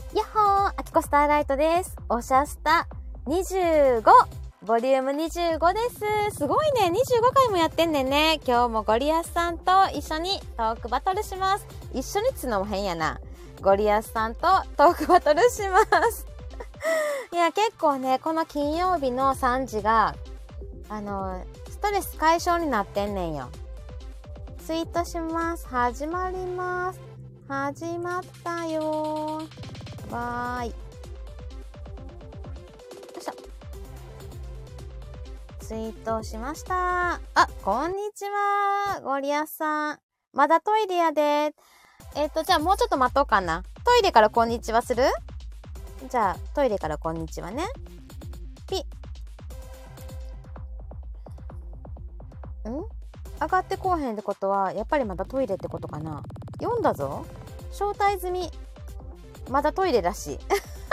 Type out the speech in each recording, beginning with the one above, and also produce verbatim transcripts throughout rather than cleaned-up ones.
やっほー、アキコスターライトです。おしゃスタにじゅうご、ボリュームにじゅうごです。すごいね、にじゅうごかいもやってんねんね。今日もゴリアスさんと一緒にトークバトルします。一緒にっつうのも変やな。ゴリアスさんとトークバトルします。いや、結構ね、この金曜日のさんじが、あの、ストレス解消になってんねんよ。ツイートします。始まります。始まったよー。わーい。よいしょ。ツイートしました。あ、こんにちは。ゴリアスさん。まだトイレやで。えっと、じゃあもうちょっと待とうかな。トイレからこんにちはする？じゃあ、トイレからこんにちはね。ピッ。ん？上がってこうへんってことは、やっぱりまだトイレってことかな。読んだぞ。招待済み。まだトイレらしい。い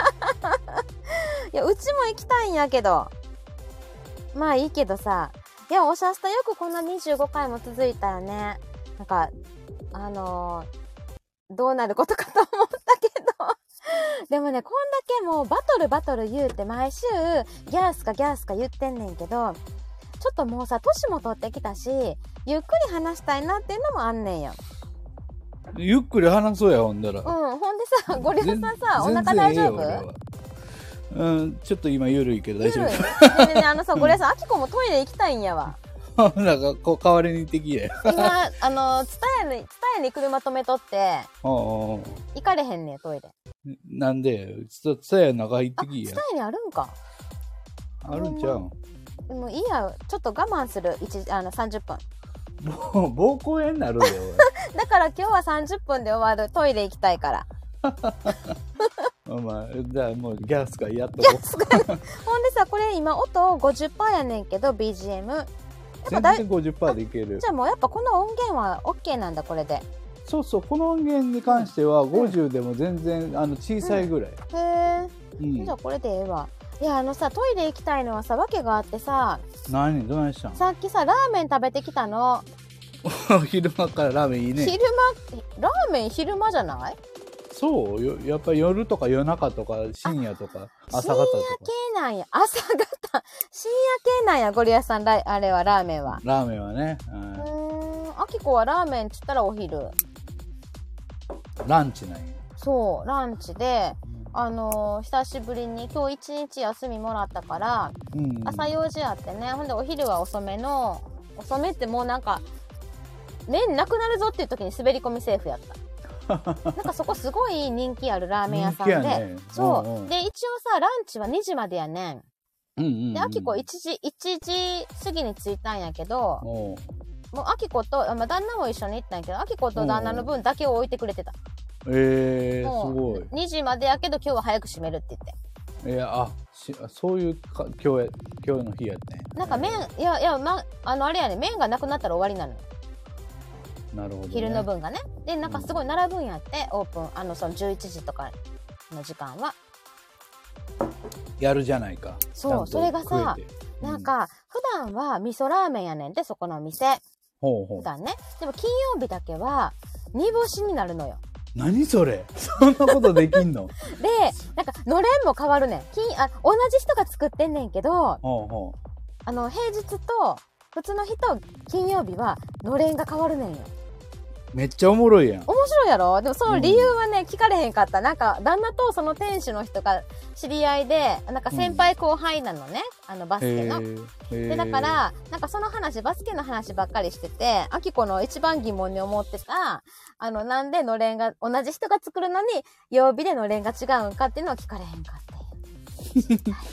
や、うちも行きたいんやけど。まあいいけどさ。いや、おしゃスタよくこんなにじゅうごかいも続いたよね。なんか、あのー、どうなることかと思ったけど。でもね、こんだけもうバトルバトル言うて毎週ギャースかギャースか言ってんねんけど、ちょっともうさ、年も取ってきたし、ゆっくり話したいなっていうのもあんねんよ。 ゆっくり話そうや、ほんだら。 うん、ほんでさ、ゴリラさんさ、お腹大丈夫？ うん、ちょっと今ゆるいけど大丈夫。 ねえねえねえ、あのさ、ゴリラさん、アキコもトイレ行きたいんやわ。 なんか、こう、代わりに行ってきや。 今、あの、ツタヤに、ツタヤに車止めとって、行かれへんねん、トイレ。 なんで、ちょっとツタヤの中行ってきや。 ツタヤにあるんか。 あるんちゃうん。 もういいや、ちょっと我慢する、一あの、さんじゅっぷん。 もう、暴行炎になるで、 だから今日はさんじゅっぷんで終わる。トイレ行きたいから。 お前、じゃあもうギャスかやっと。 ギャスか。ほんでさ、これ今音 ごじゅっパーセント やねんけど、ビージーエム。 全然 ごじゅっパーセント でいける。 じゃあもうやっぱこの音源は OK なんだ、これで。 そうそう、この音源に関してはごじゅうでも全然、あの小さいぐらい。 うん、へえ、うん、じゃあこれでええわ。いや、あのさ、トイレ行きたいのはさ、訳があってさ。 何？どないしたん？ さっきさ、ラーメン食べてきたの。 昼間からラーメンいいね。 昼間、ラーメン昼間じゃない？ そうよ、やっぱり夜とか夜中とか深夜とか朝方とか。 深夜系なんや。朝方。深夜系なんや、ゴリアさん、あれはラーメンは。 ラーメンはね。 うん。うーん、アキコはラーメンっつったらお昼。 ランチなんや。 そう、ランチで、あのー、久しぶりに今日一日休みもらったから、うん、朝用事あってね。ほんでお昼は遅めの、遅めってもうなんか、麺なくなるぞっていう時に滑り込みセーフやった。なんかそこすごい人気あるラーメン屋さんで、ね、そう、うんうん、で一応さランチはにじまでやねん。うんうんうん、でアキコいちじいちじ過ぎに着いたんやけど、もうアキコと、まあ、旦那も一緒に行ったんやけど、アキコと旦那の分だけを置いてくれてた。 えー、すごい。 にじまでやけど今日は早く閉めるって言って。 いや、あ、しそういうか今日今日の日やってん。 なんか麺、いやいや、ま、あのあれやね、麺がなくなったら終わりなのよ。 なるほど、ね、 昼の分がね。で、なんかすごい並ぶんやって、うん、オープン、あの、そのじゅういちじとかの時間は。 やるじゃないか。 そう、それがさ、うん、なんか、普段は味噌ラーメンやねんで、そこのお店。ほうほう。普段ね。でも金曜日だけは、煮干しになるのよ。 何それ？そんなことできんの？ で、なんか、のれんも変わるねん。金、あ、同じ人が作ってんねんけど、ほうほう。あの、平日と、普通の日と金曜日は、のれんが変わるねんよ。 めっちゃおもろいやん。 面白いやろ？でもその理由はね、うん、聞かれへんかった。なんか、旦那とその店主の人が知り合いで、なんか先輩後輩なのね。うん、あの、バスケの。で、だから、なんかその話、バスケの話ばっかりしてて、アキコの一番疑問に思ってた、あの、なんでのれんが、同じ人が作るのに、曜日でのれんが違うんかっていうのは聞かれへんかった。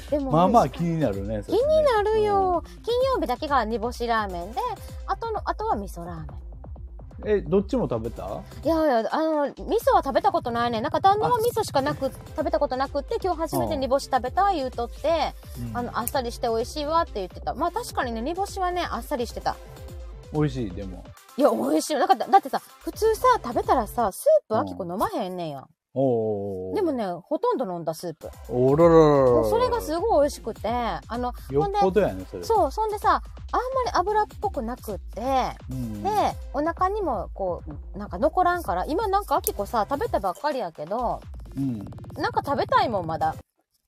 でもまあまあ気になるね。 気になるよ。うん、金曜日だけが煮干しラーメンで、あとの、あとは味噌ラーメン。 え、どっちも食べた？ いやいや、あの、味噌は食べたことないね。なんか旦那は味噌しかなく、食べたことなくって、今日初めて煮干し食べた言うとって、うん、あの、あっさりして美味しいわって言ってた。まあ確かにね、煮干しはね、あっさりしてた。 美味しい、でも。 いや、美味しいよ。だから、だってさ、普通さ、食べたらさ、スープアキコ飲まへんねんや。おー。でもね、ほとんど飲んだスープ。 おららららら。 それがすごい美味しくて、あの、 よっぽどやね、それ。 そう、そんでさ、あんまり油っぽくなくって、うん、で、お腹にもこう、なんか残らんから、今なんかアキコさ、食べたばっかりやけど、 うん。 なんか食べたいもん、まだ。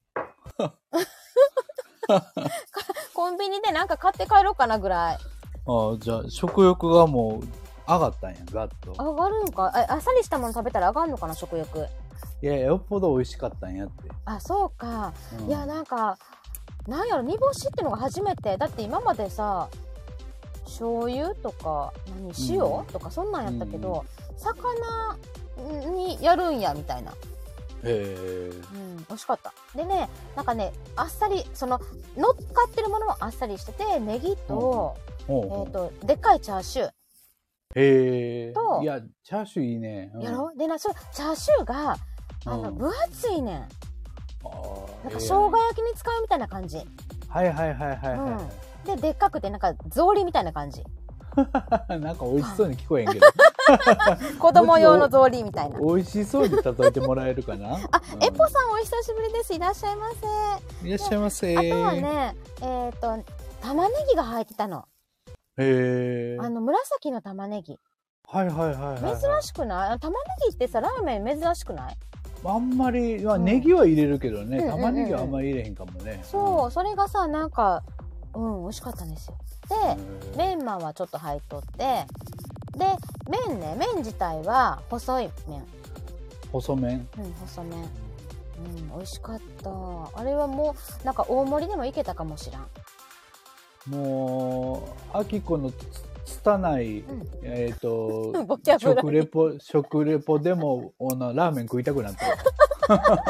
コンビニでなんか買って帰ろうかなぐらい。 ああ、じゃあ食欲がもう上がったんや、ガッと。 上がるんか。あ、あっさりしたもの食べたら上がるのかな、食欲。 いや、よっぽど美味しかったんやって。 あ、そうか。 うん、 いや、なんか、なんやろ、煮干しってのが初めて。だって今までさ、醤油とか、何、塩、うん、とかそんなんやったけど、うん、魚にやるんや、みたいな。 へえ。 うん、美味しかった。でね、なんかね、あっさり、その、乗っかってるものもあっさりしてて、ネギと、うん、えっと、でっかいチャーシュー。 へえ。いや、チャーシューいいね。 うん、やろでな、それ、チャーシューが、あの、うん、分厚いねん。あなんか、生姜焼きに使うみたいな感じ。 はいはいはいはい、はい、 うん。で、でっかくて、なんか、草履みたいな感じ。 なんか美味しそうに聞こえんけど。 子供用の草履みたいな。 美味しそうに例えてもらえるかな。 あ、うん、エポさんお久しぶりです。いらっしゃいませ。 いらっしゃいませ。 あとはね、えっと、玉ねぎが入ってたの。 へえ。 あの、紫の玉ねぎ。 はいはいはいはい、はい。 珍しくない？玉ねぎってさ、ラーメン珍しくない？ あんまり、まあ、ネギは入れるけどね、うん、玉ねぎはあんまり入れへんかもね。 そう、それがさ、なんか、うん、美味しかったんですよ。で、メンマはちょっと入っとって、で、麺ね、麺自体は細い麺。 細麺？ うん、細麺。うん、美味しかった。あれはもう、なんか大盛りでもいけたかもしらん。 もう、あきこのつたない、うん、えっ、ー、と、食レポ、食レポでも、ラーメン食いたくなった。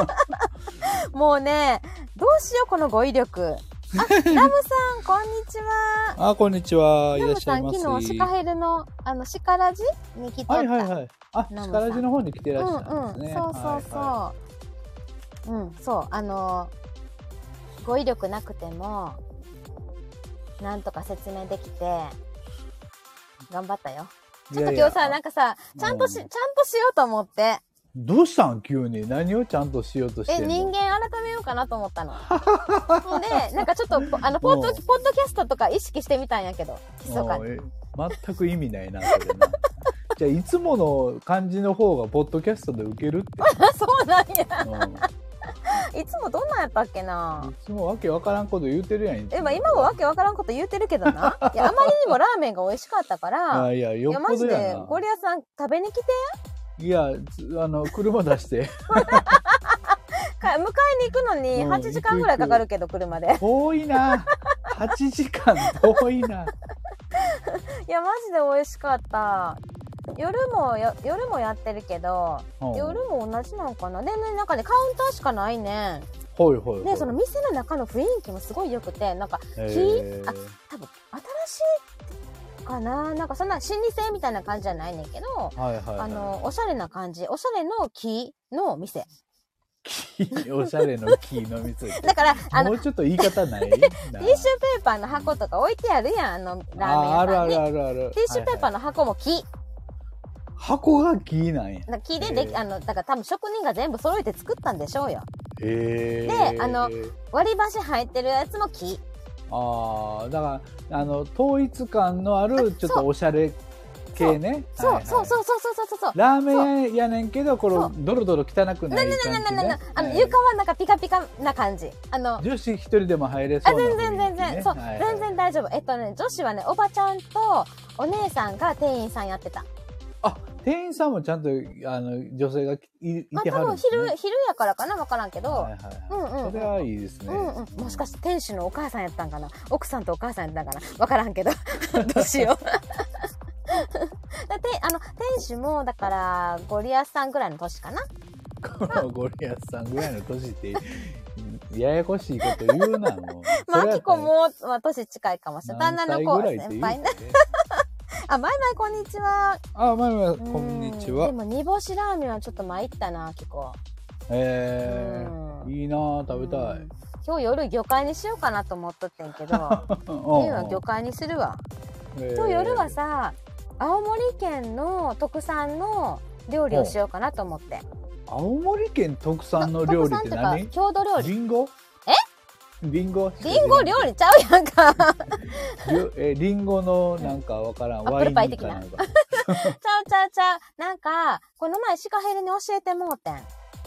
もうね、どうしよう、この語彙力。あ、ラムさん、こんにちは。 あ、こんにちは。いらっしゃいませ。 ラムさん、昨日、シカヘルの、あの、シカラジに来てた。 はいはいはい。あ、シカラジの方に来てらっしゃるんですね。 うんうん、そうそうそう。はいはい、うん、そう、あの、語彙力なくても、なんとか説明できて、頑張ったよ。ちょっと今日さ、いやいやなんかさ、ちゃんとし、うん、ちゃんとしようと思って。 どうしたん急に。何をちゃんとしようとしてんの？ え、人間改めようかなと思ったの。ほんで、なんかちょっと、あの、ポッド、ポッドキャストとか意識してみたんやけど、密かに。 全く意味ないな、それな。じゃあ、いつもの感じの方が、ポッドキャストで受けるって。 そうなんや。うん、いつもどんなんやったっけな。 いつもわけわからんこと言うてるやん。 え、まあ、今もわけわからんこと言うてるけどな。いや、あまりにもラーメンが美味しかったから。 いやいや、よっぽどやな。いや、マジで、ゴリアさん食べに来て。 いや、あの、車出して。 迎えに行くのにはちじかんぐらいかかるけど、車で。 遠いな。はちじかん遠いな。 いや、マジで美味しかった。夜もや、夜もやってるけど、夜も同じなんかな。でね、なんかね、カウンターしかないね。 ほいほいほい。 で、その店の中の雰囲気もすごい良くて、なんか、木、あ、多分、新しいかな。なんかそんな老舗みたいな感じじゃないねんけど、はいはいはい、あの、おしゃれな感じ、おしゃれの木の店。 木、おしゃれの木の店。 だから、 あの、もうちょっと言い方ない？ ティッシュペーパーの箱とか置いてあるやん、あの、ラーメン屋さんに。あ、 あるあるあるある。 ティッシュペーパーの箱も木。はいはい、 箱が木なんや。 木ででき、あの、だから多分職人が全部揃えて作ったんでしょうよ。 へー。で、あの、割り箸入ってるやつも木。 ああ、だから、あの、統一感のある、ちょっとおしゃれ系ね。 そう、はいはい、そうそうそうそうそうそう。 ラーメンやねんけど、この、ドロドロ汚くない感じ、ね。 ななななななあの、床はなんかピカピカな感じ。あの、 女子一人でも入れそうな、ね。 あ、全然全然。そう、はいはい、全然大丈夫。えっとね、女子はね、おばちゃんとお姉さんが店員さんやってた。 あ、店員さんもちゃんと、あの、女性が い, いてはるんですね。まあ、多分昼、昼やからかなわからんけど。はいはいはい。うんうん、うん。 それはいいですね。 うんうん。もしかして店主のお母さんやったんかな、奥さんとお母さんやったんかなわからんけど。どうしよう。だってあの店主もだからゴリアスさんぐらいの年かな。 ゴリアスさんぐらいの年ってややこしいこと言うなもう。 まあきこもまあ年近いかもしれない。旦那の子先輩ね。あ、マイマイこんにちは。 あ、マイマイこんにちは。 でも煮干しラーメンはちょっと参ったな、きこ。 えー、いいな食べたい。 今日夜魚介にしようかなと思っとってんけど、いいわ魚介にするわ。今日夜はさ、青森県の特産の料理をしようかなと思って。 青森県特産の料理って何？ 郷土料理。 リンゴ？ え？ リンゴ？ リンゴ料理ちゃうやんか。 え、リンゴのなんかわからん。 ワイン的な。ちゃうちゃうちゃう。なんか、この前シカヘルに教えてもうてん。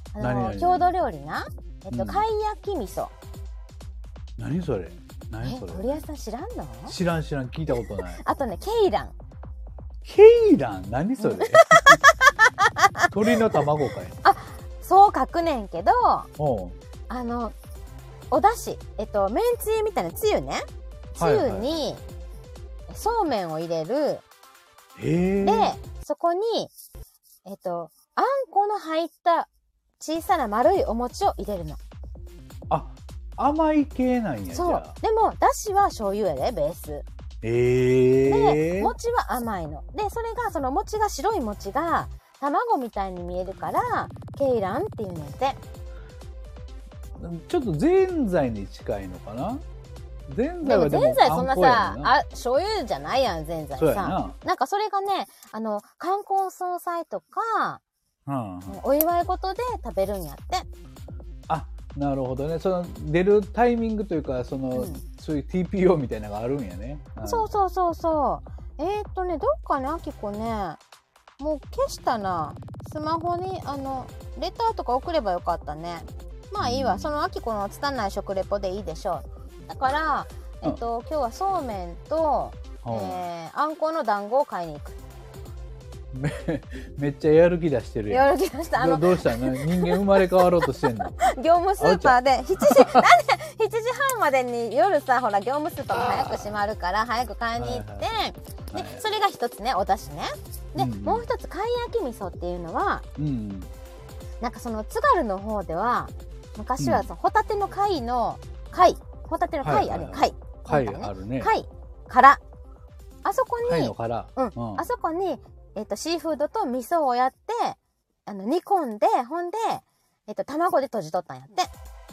あの郷土料理な、えっと、貝焼き味噌。 何それ？何それ？ え、ゴリアスさん知らんの？ 知らん知らん、聞いたことない。 あとね、ケイラン。 ケイラン？何それ？鳥の卵かい。 あ、そう書くねんけど、 おう、 あのお出汁、えっとめんつゆみたいなつゆね、つゆにそうめんを入れる。 へえ。 でそこにえっとあんこの入った小さな丸いお餅を入れるの。 あ、甘い系なんや。 そう。 じゃあでもだしは醤油やで、ベース。 ええー。 で餅は甘いので、それがその餅が白い餅が卵みたいに見えるからケイランっていうねんて。 ちょっとぜんざいに近いのかな。ぜんざいはでもぜんざいそんなさ、 ああ、醤油じゃないやん、ぜんざいさ。 な, なんかそれがね、あの冠婚葬祭とか、 うんうん、 お祝い事で食べるんやって。 あ、なるほどね。その出るタイミングというか、その、うん、そういう ティーピーオー みたいなのがあるんやね。 うん、そうそうそうそう。えー、っとね、どっかね、あきこね、もう消したな。スマホにあのレターとか送ればよかったね。まあいいわ、うん、そのあきこの拙い食レポでいいでしょう。だから、えっと、うん、今日はそうめんと、うん、えー、あんこの団子を買いに行く。 め, めっちゃやる気出してるやん。 やる気出した。あのどうしたの？人間生まれ変わろうとしてんの？ 業務スーパーでしちじなんでしちじはんまでに夜さ、ほら業務スーパーも早く閉まるから早く買いに行って、はいはい、でそれが一つね、お出汁ね。で、うん、もう一つ貝焼き味噌っていうのは、うん、なんかその津軽の方では昔はさ、うん、ホタテの貝の貝ホタテの貝あるよ、貝貝あるね。 貝からあそこに貝の殻、 うんうん、あそこにえっと、シーフードと味噌をやってあの煮込んで、ほんで、えっと、卵で閉じとったんやって。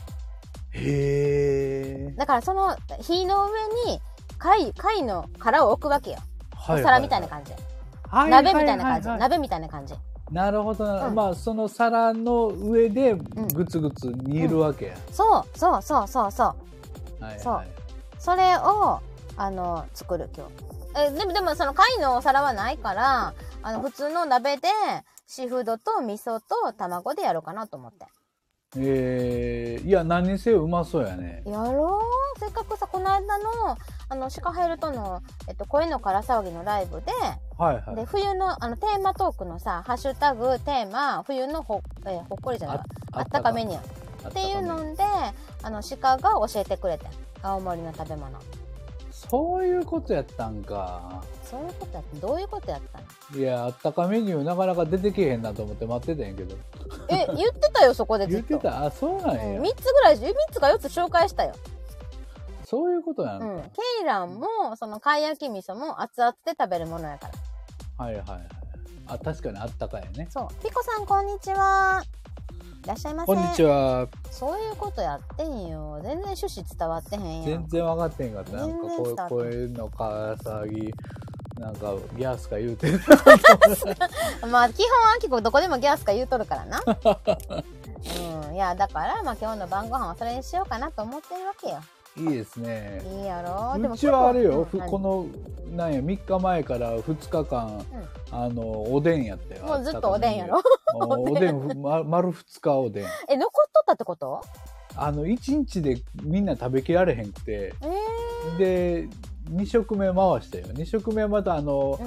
へー。 だからその火の上に貝貝の殻を置くわけよ、はいはいはい、お皿みたいな感じ、はいはいはいはい、鍋みたいな感じ、鍋みたいな感じ。 なるほど、うん、まあその皿の上でグツグツ煮るわけや、うんうん、 そうそうそうそうそう、 はいはい、 そうそれをあの作る今日。えでもでもその貝のお皿はないから、あの普通の鍋でシーフードと味噌と卵でやろうかなと思って。 えー、いや何にせようまそうやね。 やろう。せっかくさ、この間のあのシカヘルとの、えっと、声のから騒ぎのライブで、はいはい、で冬のあのテーマトークのさ、ハッシュタグテーマ冬の ほ,、えー、ほっこりじゃない、 あ, あったかメニューっていうので、あのシカが教えてくれて、青森の食べ物。 そういうことやったんか。 そういうことやった。どういうことやったの？ いや、あったかメニューなかなか出てけへんなと思って待ってたんやけど。 え、言ってたよ、そこでずっと。 言ってた。あ、そうなんや。 うん、みっつぐらい、みっつかよっつ紹介したよ。 そういうことなんだ。 うん。ケイランも、その貝焼き味噌も熱々で食べるものやから。 はいはいはい。あ、確かにあったかいね。 そう。ピコさん、こんにちは。いらっしゃいませ。 こんにちは。 そういうことやってんよ。全然趣旨伝わってへんやん。 全然分かってへんかった。なんかこう声のから騒ぎ、なんかギャースか言うてる。 まあ基本あきこどこでもギャースか言うとるからな。うん、いやだからまあ今日の晩ご飯はそれにしようかなと思ってるわけよ。 いいですね。 いいやろ。 うちはあれよ、うん、このなんやみっかまえからふつかかん、うん、あのおでんやったよ。 もうずっとおでんやろ。 おでんま丸ふつかおでん。 え、残っとったってこと？ あのいちにちでみんな食べきられへんくて、えー、でに食目回したよ。に食目はまたあの、うん、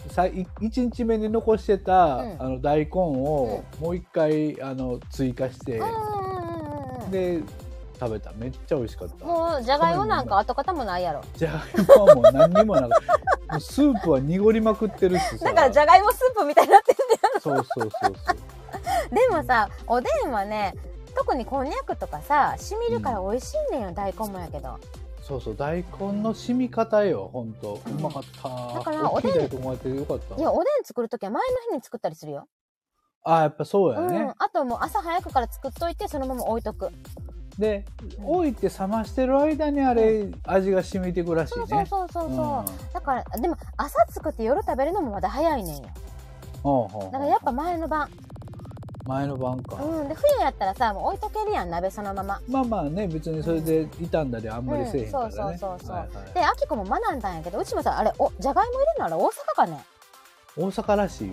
さいちにちめに残してた、うん、あの大根をもう一回あの追加して、うん、で食べた。めっちゃ美味しかった。 もうじゃがいもなんか跡形もないやろ。 じゃがいもはもう何にもなくてスープは濁りまくってるしさ。 だからじゃがいもスープみたいになってるんだよ。 そうそうそうそうでもさ、おでんはね、特にこんにゃくとかさしみるから美味しいねんよ、うん、大根もやけど。 そうそう、大根の染み方よ、ほんとうまかった。だからおでん大きい大根もやってよかった。 いや、おでん作るときは前の日に作ったりするよ。 あ、やっぱそうやね、 うん、あともう朝早くから作っといてそのまま置いとく。 で、うん、置いて冷ましてる間にあれ、うん、味が染みてくらしいね。 そうそうそうそう、うん、だからでも朝作って夜食べるのもまだ早いねんよ。ほうほうほう。だからやっぱ前の晩前の晩か。 うん、で冬やったらさもう置いとけるやん、鍋そのまま。 まあまあね、別にそれで傷んだりあんまりせえへんからね、うんうん、 そうそうそうそう、はいはい、であきこも学んだんやけど、うちもさあれおじゃがいも入れるのあれ大阪かね。 大阪らしいよ。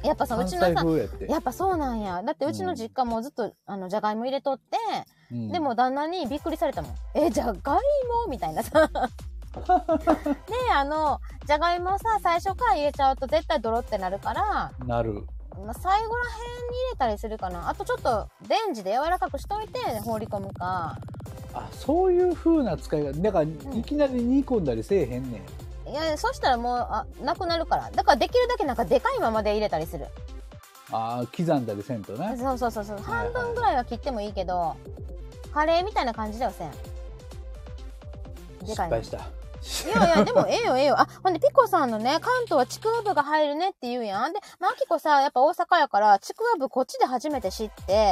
やっぱさ、うちのさ、 関西風やって。 やっぱそうなんや。だってうちの実家もずっと、あの、じゃがいも入れとって、うん、でも旦那にびっくりされたもん。え、じゃがいもみたいなさ。で、あの、じゃがいもさ、最初から入れちゃうと絶対ドロってなるから、 なる。 まあ、最後ら辺に入れたりするかな。あとちょっとレンジで柔らかくしといて放り込むか。 あ、そういう風な使い方。だから、うん、いきなり煮込んだりせえへんねん。 いや、そしたらもう、あ、なくなるから。だからできるだけなんかでかいままで入れたりする。 ああ、刻んだりせんとね。 そうそうそうそう。半分ぐらいは切ってもいいけど、はいはい、カレーみたいな感じではせん。 失敗した。 いやいや、でもええよええよ。あ、ほんで、ピコさんのね、関東はちくわぶが入るねって言うやん。で、まあ、きこさ、やっぱ大阪やから、ちくわぶこっちで初めて知って、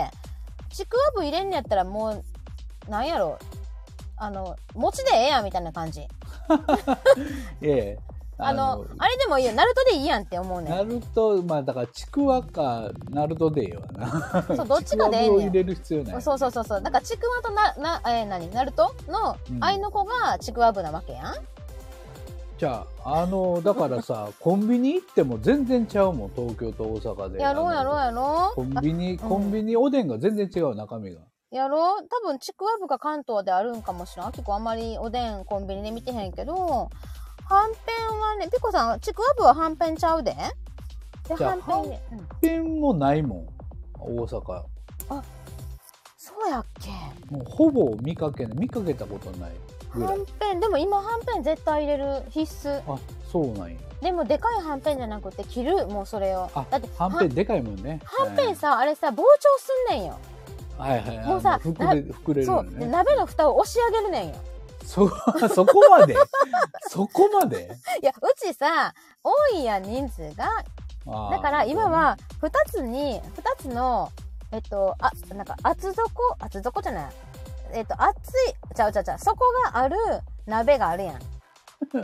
ちくわぶ入れんのやったらもう、なんやろ、あの、餅でええやんみたいな感じ。 ええ。 あの、あのあれでもいいよ。ナルトでいいやんって思うね。 ナルト、まあだからちくわかナルトでええわな。 そう、どっちかでええねん。 ちくわぶを入れる必要ない。 そうそうそうそう。だからちくわとな、な、えー、何ナルトの愛の子がちくわぶなわけやん。うん、 じゃあ、あの、だからさ、コンビニ行っても全然ちゃうもん、東京と大阪で。 やろうやろうやろう。 コンビニ、コンビニおでんが全然違う、中身が。 やろう多分ちくわぶが関東であるんかもしれん。結構あんまりおでんコンビニで見てへんけど、はんぺんはね、ピコさん、ちくわぶははんぺんちゃうで。で、 はんぺん。はんぺんもないもん、大阪。 あ、そうやっけ。 もうほぼ見かけない。見かけたことない。 はんぺん、でも今はんぺん絶対入れる必須。 あ、そうなんや。 でもでかいはんぺんじゃなくて切る、もうそれを。 あ、だってはんぺんでかいもんね。 はんぺんさ、あれさ、膨張すんねんよ。 はいはいはい。 もうさ、 膨れ、膨れるよね。そう。で、鍋の蓋を押し上げるねんよ。 そ、そこまでそこまでいや、うちさ、多いやん、人数が。だから今は、二つに、二つの、えっと、あ、なんか、厚底、厚底じゃない。えっと、熱い、ちゃうちゃうちゃう、底がある鍋があるやん。うん、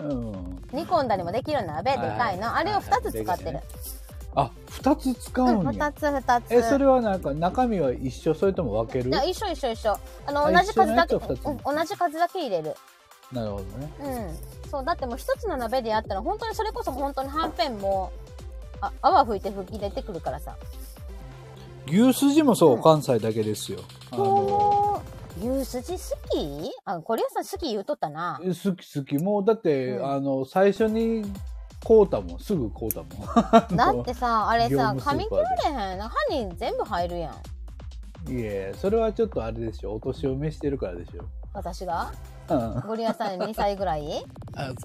煮込んだりもできる鍋、でかいの。あれを二つ使ってる。 あ、二つ使うんや。 二つ二つ。 え、それはなんか中身は一緒、それとも分ける？ いや、一緒一緒一緒。あの、同じ数だけ、うん、同じ数だけ入れる。 なるほどね。 うん。そう、だってもう一つの鍋でやったら、本当にそれこそ本当にはんぺんも、あ、泡吹いて吹き出てくるからさ。 牛すじもそう、うん、関西だけですよ。 あのー、牛すじ好き？あ、コリアさん好き言うとったな。 好き好き。もうだって、うん、あの、最初に、こうたもん、すぐこうたもん。 だってさ、あれさ、噛み切られへん。歯に全部入るやん。いえ、それはちょっとあれでしょ。お年を召してるからでしょ。 私が？ うん。 ゴリアさんにさいぐらい？ あ、そう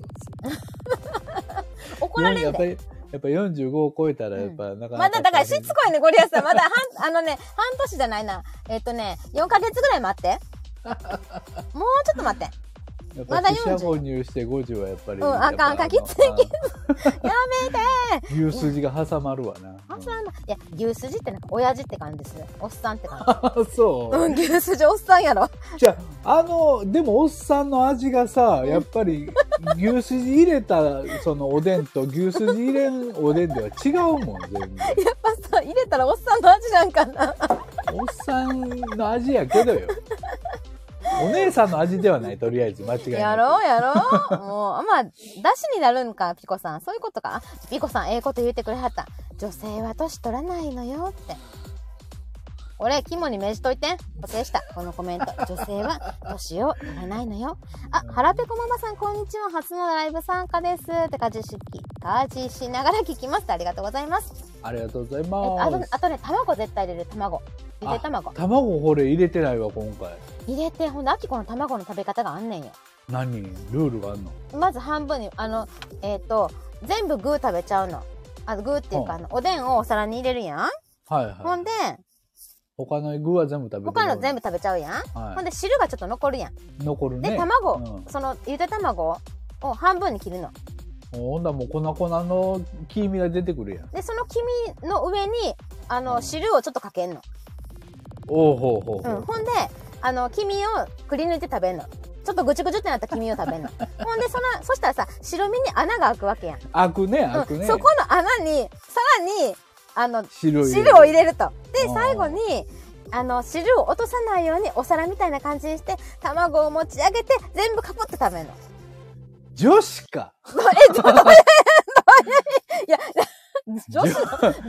そう。怒られる。 やっぱり、やっぱよんじゅうごを超えたら、やっぱ、うん、なかなか。 まだ、だからしつこいね、ゴリアさん。まだ半、あのね、半年じゃないな。えっとね、よんかげつぐらい待って。もうちょっと待って。 まだよんじゅう。四捨五入してごじゅうはやっぱり。 うん、あかん、かきついきつ。やめてー。牛すじが挟まるわな。 挟まる。いや、牛すじってなんか親父って感じですよ。おっさんって感じ。 あ、そう。 うん、牛すじおっさんやろ。 じゃあ、あの、でもおっさんの味がさ、やっぱり、牛すじ入れた、そのおでんと牛すじ入れんおでんでは違うもん、全然。やっぱさ、入れたらおっさんの味なんかな。 おっさんの味やけどよ。お姉さんの味ではない、とりあえず間違いない。 やろうやろう。もう、まあ、だしになるんか、ピコさん。そういうことか。ピコさん、ええこと言ってくれはった。女性は年取らないのよって。俺、肝に銘じといて。固定した。このコメント。女性は年を取らないのよ。あ、腹ペコママさん、こんにちは。初のライブ参加です。ってかじしき、かじしながら聞きます。ありがとうございます。 ありがとうございます。 あと、あとね、卵絶対入れる。卵。ゆで卵。 卵これ入れてないわ、今回。 入れて、ほんで、あきこの卵の食べ方があんねんよ。 何？ルールがあんの？ まず半分に、あの、えっと、全部具食べちゃうの。あの、具っていうか、あの、おでんをお皿に入れるやん。 はいはい。 ほんで、 他の具は全部食べる。 他の全部食べちゃうやん。はい、ほんで、汁がちょっと残るやん。 残るね。 で、卵、うん、その、ゆで卵を半分に切るの。 ほんだらもう粉々の黄身が出てくるやん。 で、その黄身の上に、あの、うん、汁をちょっとかけんの。 おうほうほうほう。 うん。ほんで、あの、黄身をくり抜いて食べんの。ちょっとぐちゅぐちゅってなった黄身を食べんの。ほんで、その、そしたらさ、白身に穴が開くわけやん。 開くね、開くね。 うん、そこの穴に、さらに、あの、汁, 汁を入れると。で、最後に、あの、汁を落とさないようにお皿みたいな感じにして、卵を持ち上げて、全部かぶって食べるの。 女子か。 え、どういう、どういう、いや、女子、女子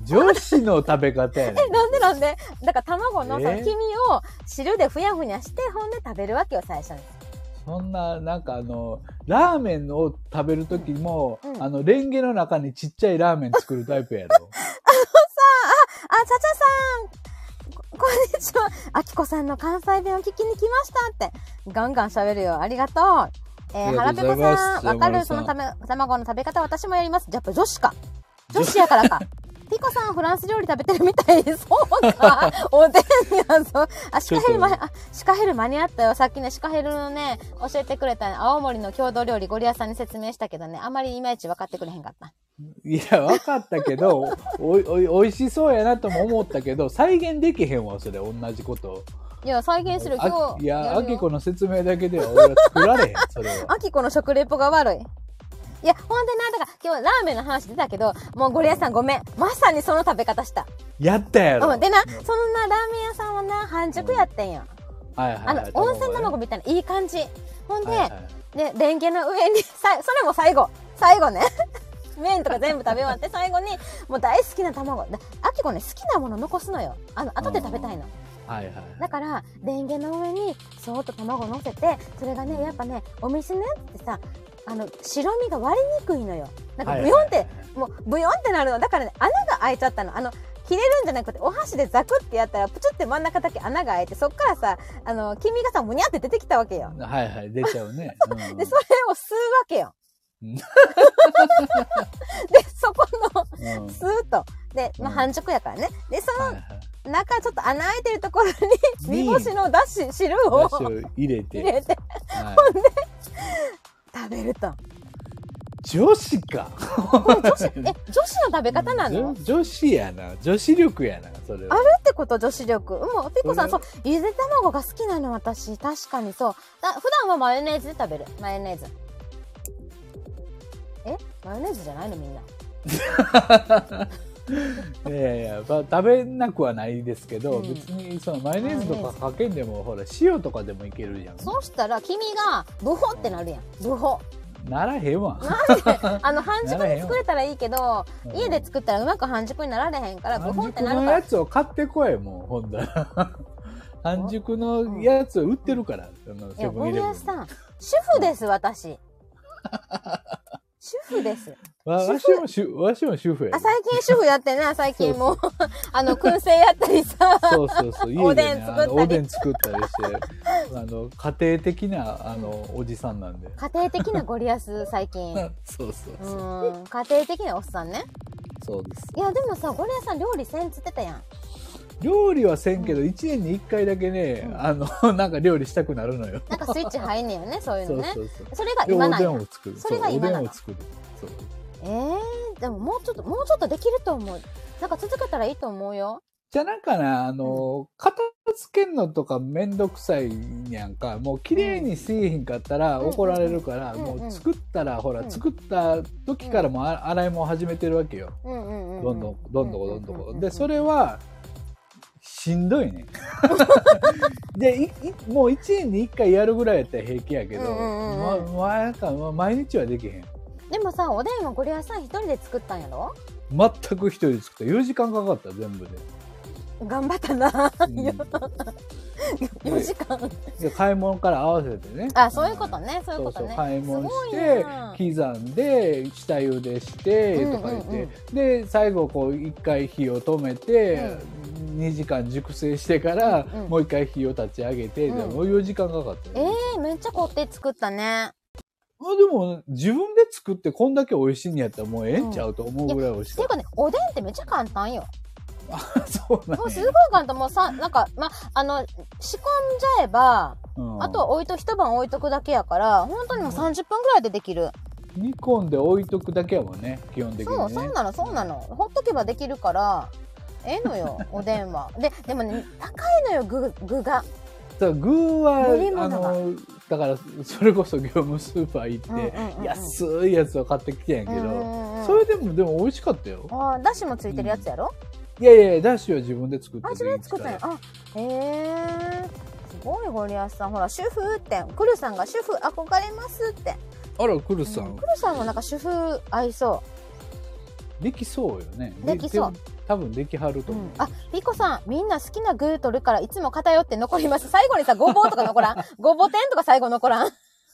女子の食べ方やねん。 え、なんでなんでだから卵のそのえー黄身を汁でふやふやして、ほんで食べるわけよ、最初に。 そんな、なんかあの、ラーメンを食べるときも、 うんうん、 あの、レンゲの中にちっちゃいラーメン作るタイプやろ。 あのさ、あ、あ、ちゃちゃさん、こ、こんにちは。あきこさんの関西弁を聞きに来ましたって。ガンガン喋るよ。ありがとう。えー、はらぺこさん、わかるそのため、卵の食べ方私もやります。やっぱ女子か。女子やからか。ピコさん、フランス料理食べてるみたい。そうか。おでんやぞ。あ、シカヘル間に、あ、シカヘル間に合ったよ。さっきね、シカヘルのね、教えてくれた、ね、青森の郷土料理、ゴリアさんに説明したけどね、あまりいまいち分かってくれへんかった。 いや、分かったけど、おい、おい、おいしそうやなとも思ったけど、再現できへんわ、それ、同じこと。 いや、再現する、今日。 いや、アキコの説明だけでは俺は作られへん、それは。 アキコの食レポが悪い。いや、ほんでな、だから今日ラーメンの話出たけど、もうゴリアさんごめん。まさにその食べ方した。 やったやろ。 うん。でな、そんなラーメン屋さんはな、半熟やってんや。 うん、はいはい、はい。 あの、温泉卵みたいないい感じ。ほんで、 はいはい、 で、レンゲの上に、さ、それも最後。最後ね。麺とか全部食べ終わって、最後に、もう大好きな卵。アキコね、好きなもの残すのよ。あの、後で食べたいの。 はいはい。 だから、レンゲの上に、そーっと卵乗せて、それがね、やっぱね、お店のやつってさ、あの、白身が割りにくいのよ。なんかブヨンって、はいはいはい、もうブヨンってなるの。だからね、穴が開いちゃったの。あの、切れるんじゃなくて、お箸でザクってやったら、プチって真ん中だけ穴が開いて、そっからさ、あの、黄身がさ、むにゃって出てきたわけよ。 はいはい、出ちゃうね。うん、 で、それを吸うわけよ。で、そこの、うん、スーッと。で、まあ、半熟やからね。で、その、はいはい、中ちょっと穴開いてるところに、煮干しのだし、汁を入れて。 入れて。はい、ほんで、食べると。 女子か。 これ女子、え、女子の食べ方なの？ 女子やな。女子力やな、それは。 あるってこと、女子力。もう、ピコさん、そう、ゆで卵が好きなの、私。確かにそう。だ普段はマヨネーズで食べる。マヨネーズ。えマヨネーズじゃないのみんな。 いやいや、まあ、食べなくはないですけど、うん、別にそのマヨネーズとかかけんでも、ほら、塩とかでもいけるじゃん。 そうしたら、黄身が、ブホってなるやん。ブホ。 ならへんわ。 なんであの、半熟に作れたらいいけど、家で作ったらうまく半熟になられへんから、ブホってなるから。半熟のやつを買ってこい、もう、ほんだら。半熟のやつを売ってるから、 うん、いや、ゴリアスさん、主婦です、私。主婦です。 わ, わしも主わしも主婦や、ね。 あ、最近主婦やってね、最近もう。あの、燻製やったりさ。 そうそうそう。家で、ね、 おでん作ったり。 おでん作ったりして、あの、家庭的な、あの、おじさんなんで。 家庭的なゴリアス、最近。 そうそうそう。 うん。家庭的なおっさんね。 そうです。 いや、でもさ、ゴリアスさん料理せんつってたやん。 料理はせんけど、一、うん、年に一回だけね、うん、あの、なんか料理したくなるのよ。 なんかスイッチ入んねんよね、そういうのね。 そうそうそう。 それが今なんや。 おでんを作る。 それが今なんおでんを作る。そう。 えー、でももうちょっと、もうちょっとできると思う。なんか続けたらいいと思うよ。 じゃなんかな、あの、うん、片付けんのとかめんどくさいやんか。もう綺麗にせえへんかったら怒られるから、もう作ったら、ほら、うん、作った時からもう洗い物始めてるわけよ。どんどん、どんどん、どんどん。で、それは、しんどいね。で、いいもう一年に一回やるぐらいやったら平気やけど、ま、ま、なんか毎日はできへん。 でもさ、おでんはゴリアスさん一人で作ったんやろ？ 全く一人で作った。よじかんかかった、全部で。 頑張ったな。うん、よじかん。 で、買い物から合わせてね。 あ、そういうことね、そういうことね。 そうそう、買い物して、刻んで、下茹でして、とか言って、で、最後こう一回火を止めて、うん、にじかん熟成してから、うん、もう一回火を立ち上げて、うん、もうよじかんかかった、 ね。えー、めっちゃ凝って作ったね。 まあでも、自分で作ってこんだけ美味しいんやったらもうええんちゃうと思うぐらい美味しい。 っていうかね、おでんってめっちゃ簡単よ。 あ、そうなんや。 もうすごい簡単。もうさ、なんか、ま、あの、仕込んじゃえば、うん、あとは置いと、一晩置いとくだけやから、本当にもうさんじゅっぷんぐらいでできる。 煮込んで置いとくだけやもんね、基本的に、ね。 そう、そうなの、そうなの。ほっとけばできるから、ええのよ、おでんは。で、でもね、高いのよ、具、具が。 具は、あの、だから、それこそ業務スーパー行って、安いやつを買ってきてんやけど、それでも、でも美味しかったよ。 ああ、だしもついてるやつやろ？ いやいやいや、だしは自分で作ってあ、自分で作ったんや。あ、へえ。すごい、ゴリアスさん。ほら、主婦って、クルさんが主婦憧れますって。 あら、クルさん。 クルさんもなんか主婦合いそう。 できそうよね。 できそう。 多分できはると思う。 うん、あ、ピコさん、みんな好きな具取るからいつも偏って残ります。最後にさ、ごぼうとか残らんごぼ天とか最後残らん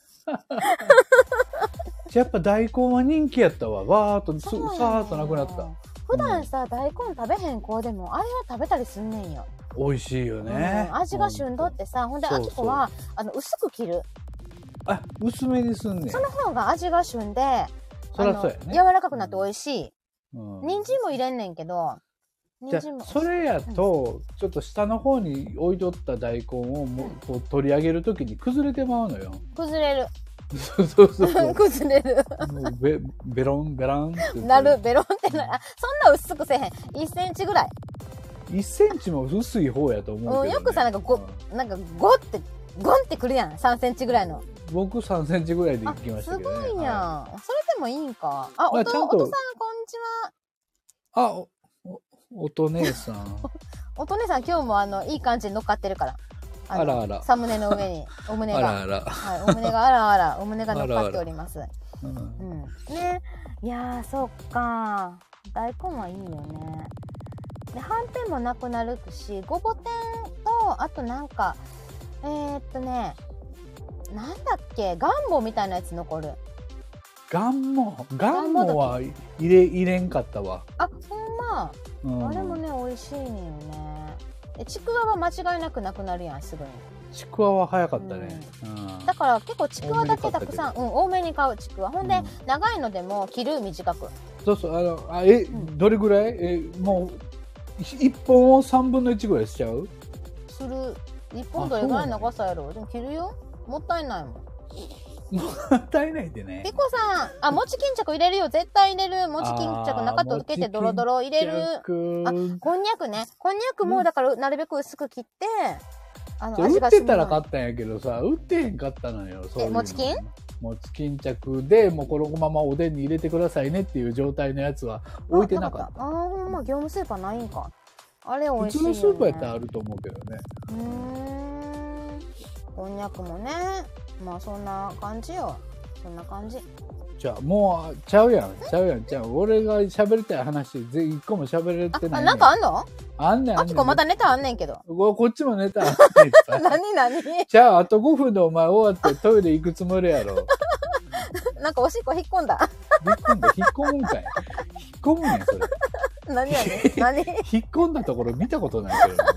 やっぱ大根は人気やったわ。わーっと、さーっとなくなった。 普段さ、うん、大根食べへん子でも、あれは食べたりすんねんよ。 美味しいよね。 うん、味が旬どってさ、ほんで、あきこは、あの、薄く切る。 あ、薄めにすんねん。 その方が味が旬で、 そりゃそうやね。 柔らかくなって美味しい。うん、人参も入れんねんけど、 人参も。それやと、ちょっと下の方に置いとった大根をもうこう取り上げるときに崩れてまうのよ。 崩れる。 そうそうそう。 崩れる。 もうベベロン、ベランって。 なる、ベロンってなる。そんな薄くせへん。いっセンチぐらい。 いっセンチも薄い方やと思うけど、ね。 うん、よくさ、なんかご、なんかごって、ゴンってくるやん。さんセンチぐらいの。 僕さんセンチぐらいで行きましたけどね。 すごいやん。 はい、 それでもいいんか。あ、おと、おとさん、こんにちは。 あ、お、おと姉さん。 おと姉さん、今日もあの、いい感じに乗っかってるから。 あらあら。 サムネの上に、お胸が。 あらあら。 はい、お胸があらあら、お胸が乗っかっております。 あらあら。うん。 うん。ね。いやー、そっか。大根はいいよね。で、はんぺんもなくなるし、ごぼ天と、あとなんか、えー、っとね、なんだっけ、ガンボみたいなやつ残る。 ガンモガンモは入れ、入れんかったわ。 あ、ほんま。うん、あれもね、美味しいねよね。ちくわは間違いなくなくなるやん、すぐに。 ちくわは早かったね。 うんうん、だから結構ちくわだけたくさん、うん、多めに買うちくわ。ほんで、うん、長いのでも切る短く。 そうそう、あの、あえ、うん、どれぐらいえ、もう、いっぽんをさんぶんのいちぐらいしちゃうする。いっぽんどれぐらい長さやろう。でも切るよ。もったいないもん。 もったいないでね。 ピコさん、あ、餅巾着入れるよ。絶対入れる。餅巾着中とけてドロドロ入れる。あ、こんにゃくね。こんにゃくもだからなるべく薄く切って、 あの、味が売ってたら買ったんやけどさ、売ってへんかったのよ。 え、餅巾？ 餅巾着で、もうこのままおでんに入れてくださいねっていう状態のやつは置いてなかった。 ああ、ほんま、業務スーパーないんか。あれ美味しいよね。 普通のスーパーやったらあると思うけどね。 うーん。こんにゃくもね。まあそんな感じよ。そんな感じ。 じゃあもうちゃうやんちゃうやんちゃう。俺が喋りたい話ぜ一個も喋れてない、 ね。あ、なんかあんの？ あんねんあんねん。 あきこまたネタあんねんけど。 こっちもネタあんねん。 何何？ じゃああとごふんでお前終わってトイレ行くつもりやろ。 なんかおしっこ引っ込んだ。 引っ込んだ引っ込むんかい。引っ込むねんそれ。 何やねん。何？ 引っ込んだところ見たことないけど。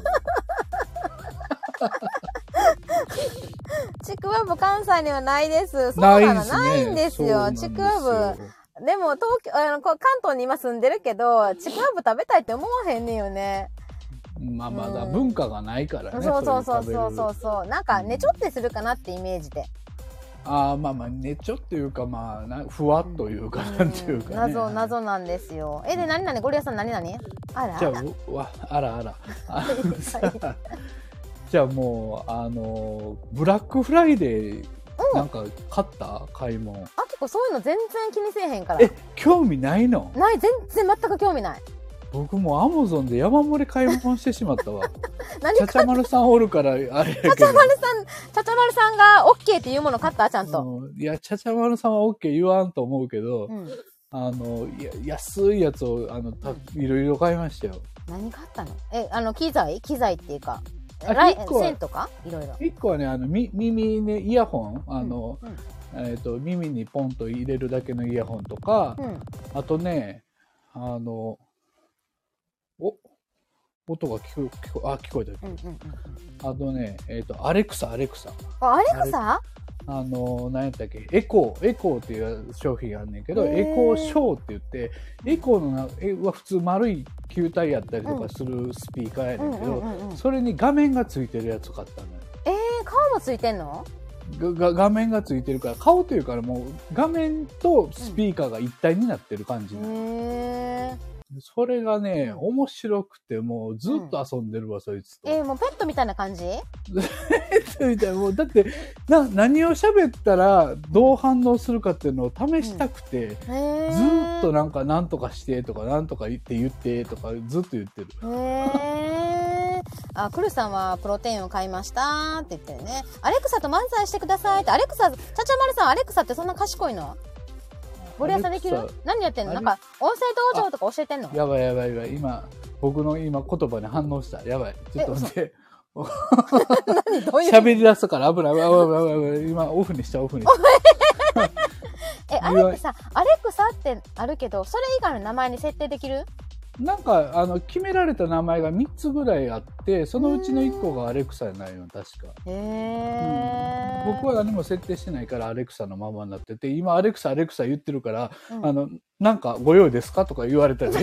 ちくわぶ関西にはないです。そうなの、ない、ね、ないんですよ。ちくわぶ。でも東京あの関東に今住んでるけど、ちくわぶ食べたいって思わへんねんよね。 まあまだ文化がないからね。 うん、そうそうそうそうそうそう。なんかねちょってするかなってイメージで。 ああまあまあねちょっていうかまあなふわっというかなんていうかね。 謎謎なんですよ。えで何々ゴリアさん何々？あらあら。 じゃあわあらあら。じゃあもうあのブラックフライデーなんか買った買い物。あ結構そういうの全然気にせえへんから。 え興味ないの？ ない全然全く興味ない。 僕もアマゾンで山盛り買い物してしまったわ。何ちゃちゃまるさんおるからあれやけど。ちゃちゃまるさんちゃちゃまるさんがオッケーっていうもの買ったちゃんと。 うん、いやちゃちゃまるさんはオッケー言わんと思うけど、うん、あのや安いやつをあのたいろいろ買いましたよ。 何買ったの？えあの機材機材っていうか。ライ線とかいろいろ。 一個はねあのみ耳ねイヤホンあの、うんうん、えっ、ー、と耳にポンと入れるだけのイヤホンとか、うん、あとねあのお音が聞こ聞こあ聞こえた、うんうんうん、あとねえっ、ー、とアレクサアレクサあアレクサあの何やったっけエコーエコーっていう商品があるんねんけどエコーショーって言ってエコーのえは普通丸い球体やったりとかするスピーカーやねんけどそれに画面がついてるやつ買ったのよ。 えー、顔もついてんの？ が画面がついてるから顔というからもう画面とスピーカーが一体になってる感じなの、うん、へーそれがね、うん、面白くてもうずっと遊んでるわ、うん、そいつと。 えー、もうペットみたいな感じ？ ペットみたいなもうだってな何を喋ったらどう反応するかっていうのを試したくて、うん、ずっとなんかなんとかしてとかなんとか言って言ってとかずっと言ってる。 へーあクルさんはプロテインを買いましたって言ってるね。アレクサと漫才してくださいって。アレクサちゃちゃまるさんアレクサってそんな賢いの？ゴリアさんできる？何やってんの？なんか音声道場とか教えてんの？ やばいやばいやばい今僕の今言葉に反応した。やばい。ちょっと待って。 何どういう喋り出すから危ない。危ない危ない危ない。今オフにした、オフにした。 え、アレクサ、アレクサってあるけど、それ以外の名前に設定できる？ なんか、あの、決められた名前がみっつぐらいあって、そのうちのいっこがアレクサやないよ、確か。 へー、 うん。僕は何も設定してないからアレクサのままになってて、今アレクサ、アレクサ言ってるから、うん、あの、なんかご用意ですかとか言われたり。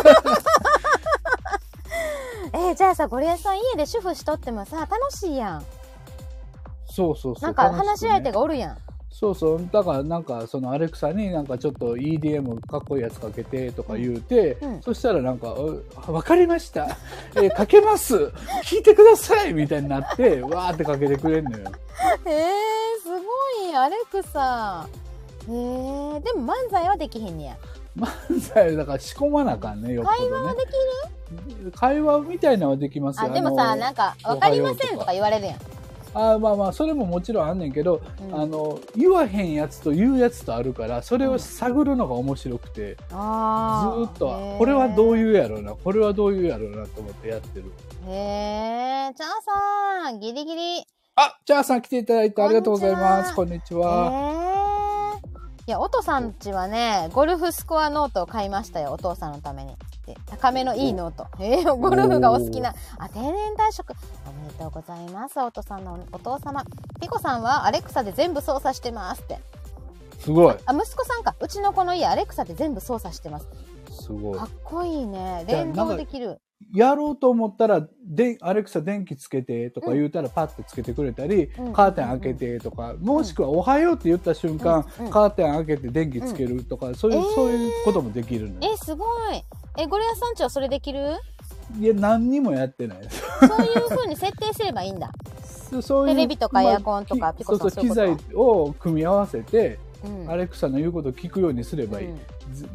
えー、じゃあさ、ゴリエさん家で主婦しとってもさ、楽しいやん。 そうそうそう。 なんか話し相手がおるやん。 そうそう。だからなんかそのアレクサになんかちょっと イーディーエム かっこいいやつかけてとか言うて、うんうん、そしたらなんか、わかりました。えー、かけます。聞いてくださいみたいになって、わーってかけてくれんのよ。 へえー、すごい、アレクサ。へえー、でも漫才はできへんねや。 漫才だから仕込まなあかんね、よっぽどね。 会話はできる？会話みたいなのはできますよ。 あ、でもさ、なんか、わかりませんとか言われるやん。 あ、まあまあそれももちろんあんねんけど、うん、あの言わへんやつと言うやつとあるから、それを探るのが面白くて、うん、ずーっとこれはどういうやろうな、これはどういうやろうなと思ってやってる。 へえ、チャーさんギリギリ。 あ、チャーさん来ていただいてありがとうございます。こんにちは。 いや、おとさんちはね、ゴルフスコアノートを買いましたよ、お父さんのために。高めのいいノート。えー、ゴルフがお好きな。あ、定年退職。おめでとうございます。お父さんのお父様。ピコさんはアレクサで全部操作してますって。 すごい。 あ、息子さんか。うちの子の家アレクサで全部操作してます。 すごい。 かっこいいね。連動できる。 やろうと思ったら、で、アレクサ電気つけてとか言うたらパッてつけてくれたり、うん、カーテン開けてとか、うん、もしくはおはようって言った瞬間、うん、カーテン開けて電気つけるとか、うん、そういう、えー、そういうこともできるのよ。 え、すごい。え、ゴリアスさんちはそれできる？ いや、何にもやってない。 そういう風に設定すればいいんだ。そういうテレビとかエアコンとか、まあ、ピコさん、 そうそう、機材を組み合わせて、うん、アレクサの言うことを聞くようにすればいい、うん、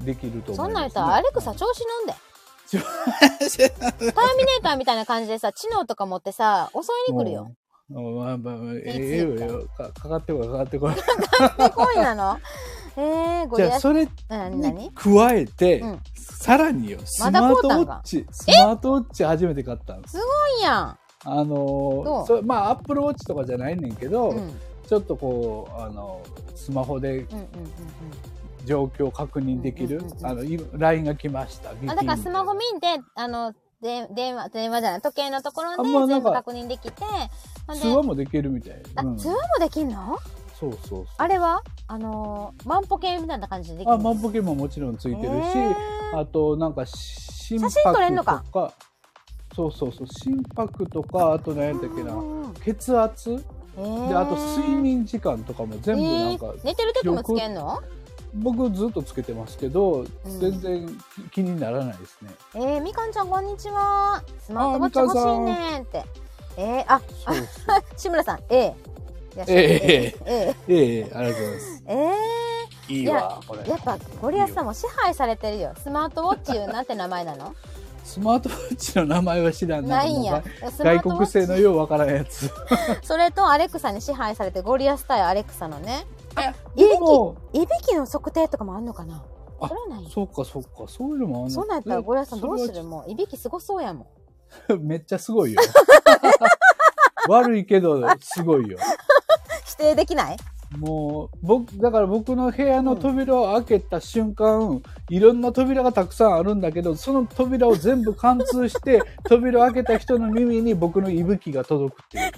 できると思います、ね。そんなん言ったらアレクサ調子乗んで。ターミネーターみたいな感じでさ、知能とか持ってさ、襲いに来るよ。 まあまあ、ええよ、かかってこい、かかってこい。 かかってこいなの？えー、 じゃあそれに加えて、うん、さらによ、スマートウォッチ、スマートウォッチ初めて買ったんです。 すごいやん。 あのー、そまあアップルウォッチとかじゃないねんけど、うん、ちょっとこうあのスマホで状況を確認できる、あの ライン が来ました。 あ、だからスマホ見て、あので電話電話じゃない時計のところで全部確認できて、 通話もできるみたい。 あ、うん、通話もできんの？ そうそうそう。 あれはあのー、万歩計みたいな感じでできる？ あ、万歩計ももちろんついてるし、あとなんか心拍とか、写真撮れんのか？ そうそうそう、心拍とか、あと何やったっけな、血圧で、あと睡眠時間とかも全部なんか、えー、 寝てる時もつけんの？ 僕ずっとつけてますけど、うん、全然気にならないですね。 えー、みかんちゃんこんにちは。スマートウォッチ欲しいねんって。えー、あ、そうそう志村さん、A。 ええええええ、ありがとうございます。 ええー、いいわこれ。 やっぱゴリアスさんも支配されてるよ。スマートウォッチなんて名前なの？ スマートウォッチの名前は知らんな。 ないんや。 外国製のようわからんやつ。 それとアレクサに支配されて、ゴリアス対アレクサのね。 あ、 いびき、いびきの測定とかもあんのかな？ あ、そうかそうか、そういうのもあんの。 そうなんやったらゴリアスさんどうする？もういびきすごそうやもん。めっちゃすごいよ。悪いけどすごいよ。 否定できない？ もう僕だから僕の部屋の扉を開けた瞬間、うん、いろんな扉がたくさんあるんだけど、その扉を全部貫通して扉を開けた人の耳に僕の息吹が届くっていう。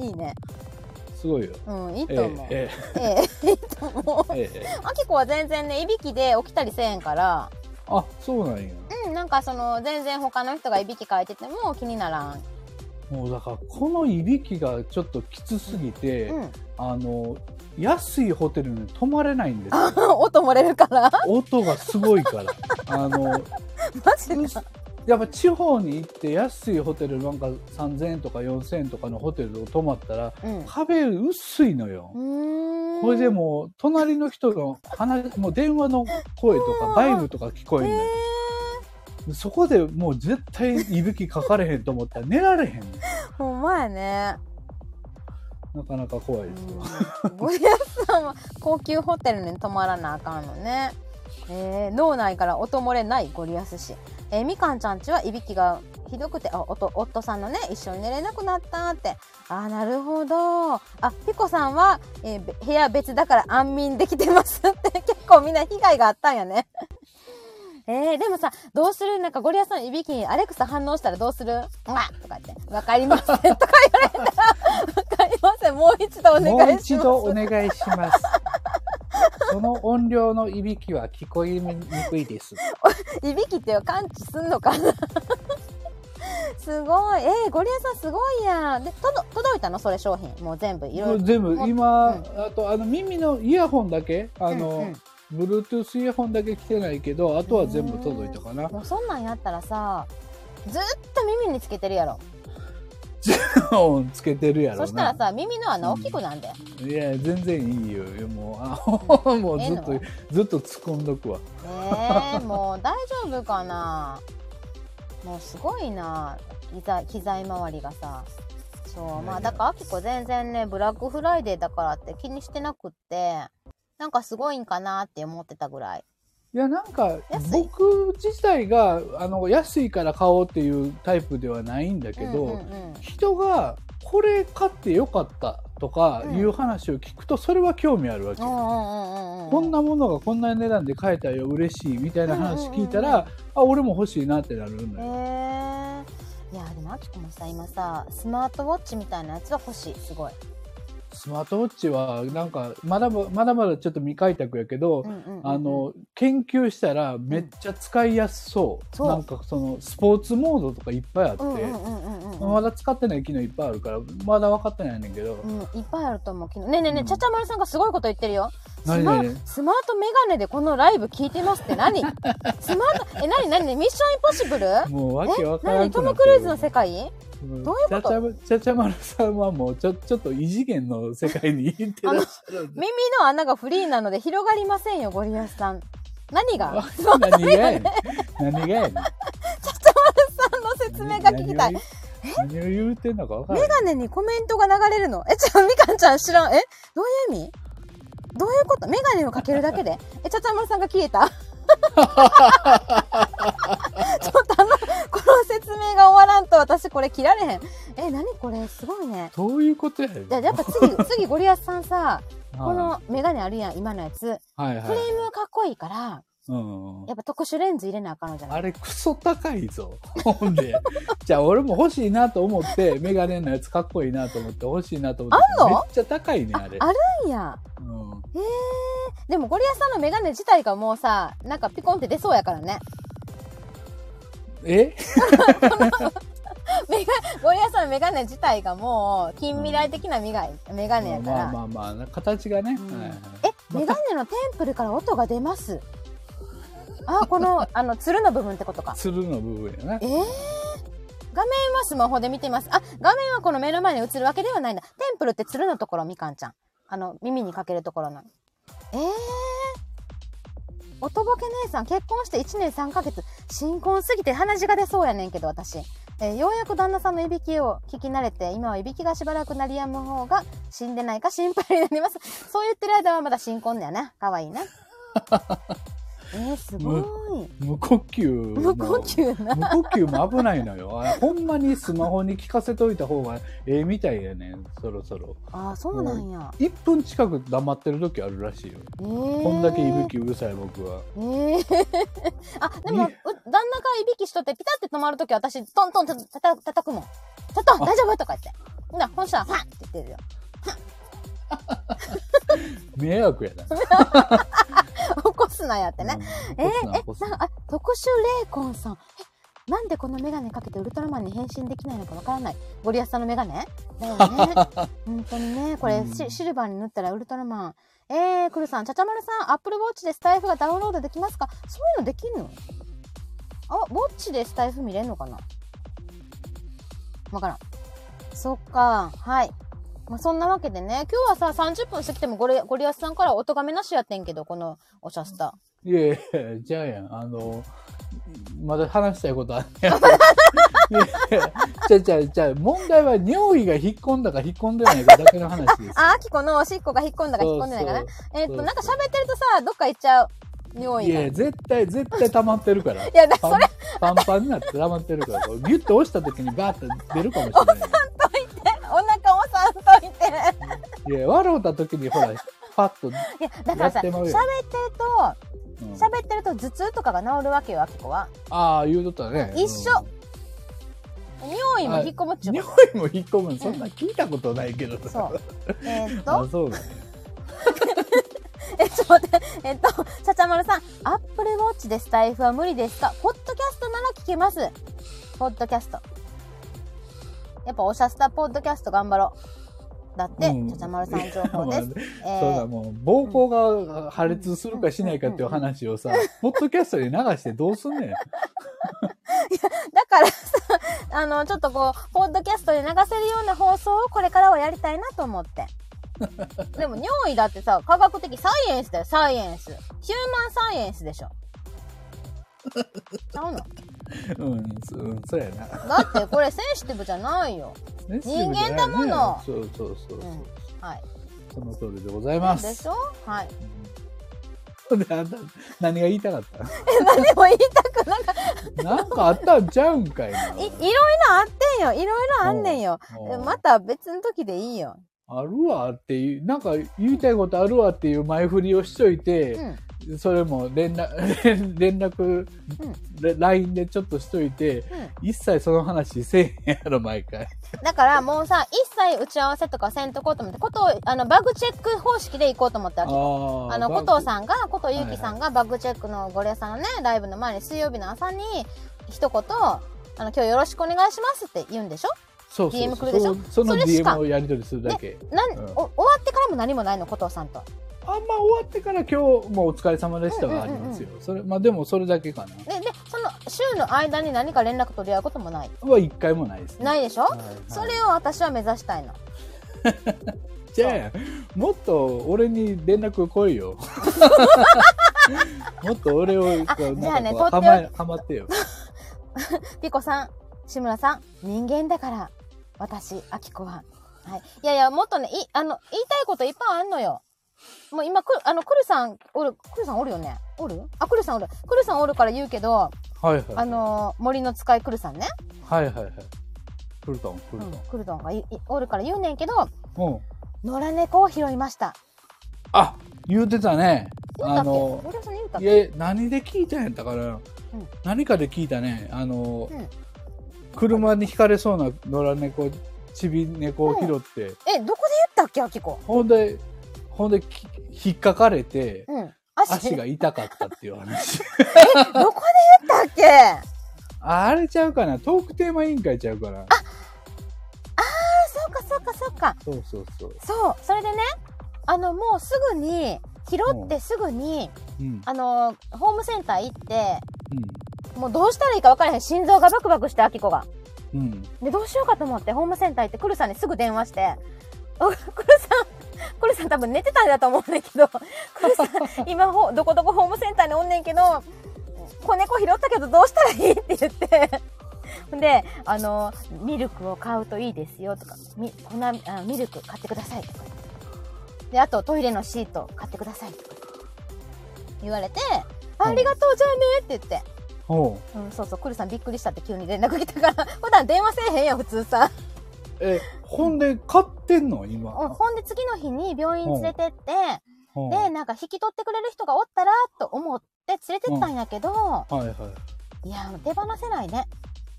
いいね。 すごいよ。 うん、いいと思う。 ええええ、いいと思う。ええ、あきこは全然ね、いびきで起きたりせえんから。 あ、そうなんや。 うん、なんかその全然他の人がいびきかいてても気にならん。 もうだからこのいびきがちょっときつすぎて、うん、あの安いホテルに泊まれないんですよ。 音漏れるから。 音がすごいから。あのマジか。 やっぱ地方に行って安いホテルなんかさんぜんえんとかよんせんえんとかのホテルを泊まったら、うん、壁薄いのよ。これでもう隣の人の話、もう電話の声とかバイブとか聞こえんのよ。そこでもう絶対いびきかかれへんと思ったら寝られへんの。 ほんまやね。 なかなか怖いですよ。 ゴリアスさんは高級ホテルに泊まらなあかんのね。えー、脳内から音漏れないゴリアス氏。 えー、みかんちゃんちはいびきがひどくて、あ、夫、夫さんのね、一緒に寝れなくなったって。あ、なるほど。あ、ピコさんは、えー、部屋別だから安眠できてますって。結構みんな被害があったんやね。えー、でもさ、どうする？なんかゴリアスさんのいびきにアレクサ反応したらどうする？うわとか言って、わかりませんとか言われたら、わかりません。もう一度お願いします。 もう一度お願いします。その音量のいびきは聞こえにくいです。 いびきって感知すんのかなすごい。えー、ゴリアスさんすごいやん。で、とど届いたのそれ商品。もう全部いろいろ。 全部、今、 うん、 あと、あの、耳のイヤホンだけ、あの、うんうん、Bluetooth イヤホンだけ来てないけど、あとは全部届いたかな。 もうそんなんやったらさ、ずっと耳につけてるやろ。 つけてるやろな。 そしたらさ、耳の穴大きくなんだよ。 うん、いや、全然いいよ。もう、あ、うん、もうずっと、ずっと突っ込んどくわ。 えー、もう大丈夫かな。もうすごいな。機材、機材周りがさ。そう。まあ、だから、あきこ全然ね、ブラックフライデーだからって気にしてなくって、なんかすごいんかなって思ってたぐらい。 いや、なんか、僕自体が、あの、安いから買おうっていうタイプではないんだけど、うんうんうん、人が、これ買ってよかったとかいう話を聞くと、それは興味あるわけ。こんなものがこんな値段で買えたよ、嬉しいみたいな話聞いたら、うんうんうん、あ、俺も欲しいなってなるのよ。 へー。いや、でもあきこもさ、今さ、スマートウォッチみたいなやつは欲しい、すごい。 スマートウォッチは、なんか、まだまだまだちょっと未開拓やけど、うんうんうん、あの、研究したらめっちゃ使いやすそう。うん、なんかその、スポーツモードとかいっぱいあって、まだ使ってない機能いっぱいあるから、まだ分かってないねんけど。 うん、いっぱいあると思う機能。ねえねえねえ、うん、ちゃちゃまるさんがすごいこと言ってるよ。スマ, スマートメガネでこのライブ聞いてますって何スマート、え、何何ミッションインポッシブルもうわけわからんくなってる。 何トム・クルーズの世界どういうこと？ ちゃちゃまるさんはもうちょ、ちょっと異次元の世界に行ってらっしゃるんで。 耳の穴がフリーなので広がりませんよ、ゴリアスさん。何が何がやねん。何がやねん。ちゃちゃまるさんの説明が聞きたい。 何を言うてんのか分からない。 メガネにコメントが流れるの？え、ちょ、みかんちゃん知らん。えどういう意味？どういうこと？メガネをかけるだけで？え、ちゃちゃまるさんが消えた？ちょっとあの、この説明が終わらんと私これ切られへん。え、なにこれすごいね。 どういうことやねん。 いや、やっぱ次、次ゴリアスさんさ、このメガネあるやん、今のやつ。はいはい、フレームかっこいいから、うん、やっぱ特殊レンズ入れなあかんのじゃない？ あれクソ高いぞ。ほんで。じゃあ俺も欲しいなと思って、メガネのやつかっこいいなと思って欲しいなと思って。あんの？めっちゃ高いね、あれ。 あ、あるんや。うん、えー。でもゴリアスさんのメガネ自体がもうさ、なんかピコンって出そうやからね。 えメガゴリアスさんのメガネ自体がもう近未来的なメガメガネやから。 まあまあまあ、まあ、形がね。うんはいはい、 え、メガネのテンプルから音が出ます。あ、この、あの、つるの部分ってことか。 つるの部分やな。 えー、画面はスマホで見てます。あ、画面はこの目の前に映るわけではないんだ。テンプルってつるのところ、みかんちゃん。あの、耳にかけるところなの。えー。おとぼけ姉さん、結婚していちねんさんかげつ。新婚すぎて鼻血が出そうやねんけど、私。えー、ようやく旦那さんのいびきを聞き慣れて、今はいびきがしばらく鳴りやむ方が死んでないか心配になります。そう言ってる間はまだ新婚だよね。かわいいね。えー、すごい。 無呼吸。 無呼吸な。 無呼吸も危ないのよ。ほんまにスマホに聞かせといた方がええみたいやねん、そろそろ。 ああ、そうなんや。 いっぷん近く黙ってる時あるらしいよ。えー、こんだけいびきうるさい僕は。えー、あ、でも、旦那がいびきしとってピタって止まる時私、トントンたた叩くもん。ちょっと大丈夫とか言って。ほな、本社は、ファンって言ってるよ。 迷惑やな。 起こすなやってね。うん、えー、え、なあ、特殊レイコンさん。え、なんでこのメガネかけてウルトラマンに変身できないのかわからない。ゴリアスさんのメガネだよね。本当にね、これ、うん、シルバーに塗ったらウルトラマン。えー、クルさん、ちゃちゃまるさん、アップルウォッチでスタイフがダウンロードできますか？そういうのできんの？あ、ウォッチでスタイフ見れんのかな？わからん。そっか、はい。まあ、そんなわけでね、今日はさ、さんじゅっぷん過ぎてもゴリ、ゴリアスさんからお咎めなしやってんけど、このおしゃスタ。 いやいや、じゃあやん、あの、まだ話したいことあるやん。じゃあじゃあじゃあ、問題は尿意が引っ込んだか引っ込んでないかだけの話です。 あ、あきこのおしっこが引っ込んだか引っ込んでないかな。えっと、なんか喋ってるとさ、どっか行っちゃう。 尿意が。 いや、絶対、絶対溜まってるから。 いや、だ、それ。 パンパンになって溜まってるから、こうギュッと押した時にバーッと出るかもしれない。 押さんといて。お腹押さんといて。 いや、笑うた時にほら、パッと。 いや、だからさ、喋ってると、喋、うん、ってると頭痛とかが治るわけよ、あきこは。 ああ、言うとったね。 一緒。うん、尿意も引っ込むっちゅう。 尿意も引っ込む、そんな聞いたことないけど、うん、 そう。えー、っと。 あ、そうだね。 え、ちょっと待って、えっと、ちゃちゃまるさん、アップルウォッチでスタイフは無理ですか？ポッドキャストなら聞けます。ポッドキャスト。やっぱおしゃスタポッドキャスト頑張ろう。だって、うん、ちゃちゃまるさん情報です。 えー、そうだ、もう、膀胱が破裂するかしないかっていう話をさ、ポッドキャストで流してどうすんねん。いや、 だからさ、あの、ちょっとこう、ポッドキャストで流せるような放送をこれからはやりたいなと思って。でも尿意だってさ、科学的サイエンスだよ、サイエンス。ヒューマンサイエンスでしょ。ちゃうの？ うん、そ, そうやな。 だってこれセンシティブじゃないよ。人間だもの。 そうそうそうそう、うん。 はい。 その通りでございます。 でしょ？はい。 うん、で、あんた、何が言いたかった？ え、何も言いたくなかった。 なんかあったんちゃうんかいな。 い、いろいろあってんよ。いろいろあんねんよ。また別の時でいいよ。 あるわっていう、なんか言いたいことあるわっていう前振りをしといて、うん、それも連絡、連絡、うん、ライン でちょっとしといて、うん、一切その話せえへんやろ、毎回。 だからもうさ、一切打ち合わせとかせんとこうと思って、ことを、あの、バグチェック方式で行こうと思ったわけ。あ, あの、ことうさんが、ことゆうきさんがバグチェックのゴリアさんのね、ライブの前に水曜日の朝に、一言、あの、今日よろしくお願いしますって言うんでしょ？ そうそうそう、 ディーエム 来るでしょ。その ディーエム をやり取りするだけ。 なん、うん、お終わってからも何もないの、ことうさんと。 あんま終わってから今日もお疲れ様でしたがありますよ。それ、まあでもそれだけかな。 で、で、その週の間に何か連絡取り合うこともない。 は一回もないです、ね。 ないでしょ、はいはい、それを私は目指したいの。 じゃあ、もっと俺に連絡来いよ。もっと俺を、こう、 じゃあね、 はま、はまってよ。 ピコさん、志村さん、人間だから。私、あきこは。はい。いやいや、もっとね、い、あの、言いたいこといっぱいあんのよ。もう今、く、あの、くるさん、おる、くるさんおるよね。おる？あ、くるさんおる。くるさんおるから言うけど、 はいはい。 あの、森の使いくるさんね。 はいはいはい。クルトン、クルトン。うん、 クルトンがい、い、おるから言うねんけど、うん。野良猫を拾いました。 あ、言うてたね。 言うたっけ？ あの、いや、何で聞いたんやったかな。うん、何かで聞いたね。あの、うん、車にひかれそうな野良猫、ちび猫を拾って、うん、 え、どこで言ったっけ、あきこ。 ほんで、ほんで引っかかれて、うん、足, 足が痛かったっていう話。 え、どこで言ったっけ？ あれちゃうかな、トークテーマ委員会ちゃうかな。あ、あー、 そうかそうかそうか。 そうそうそう。 そう、それでね、あの、もうすぐに、拾ってすぐに、うん、あの、ホームセンター行って、うん、もうどうしたらいいか分からへん。心臓がバクバクして、あきこが。うん、で、どうしようかと思って、ホームセンター行って、クルさんにすぐ電話して、クルさん、クルさん多分寝てたんだと思うんだけど、クルさん、今ほ、どこどこホームセンターにおんねんけど、子猫拾ったけどどうしたらいいって言って、で、あの、ミルクを買うといいですよとか、み、粉、あのミルク買ってくださいとか。で、あとトイレのシート買ってくださいとか。言われて、ありがとうじゃあねって言って。 おう、 うん、そうそう、クルさんびっくりしたって急に連絡来たから、普段電話せえへんやん、普通さ。 え、ほんで買ってんの今。 うん、ほんで次の日に病院連れてって、で、なんか引き取ってくれる人がおったらと思って連れてったんやけど、 はいはい。 いや、手放せないね。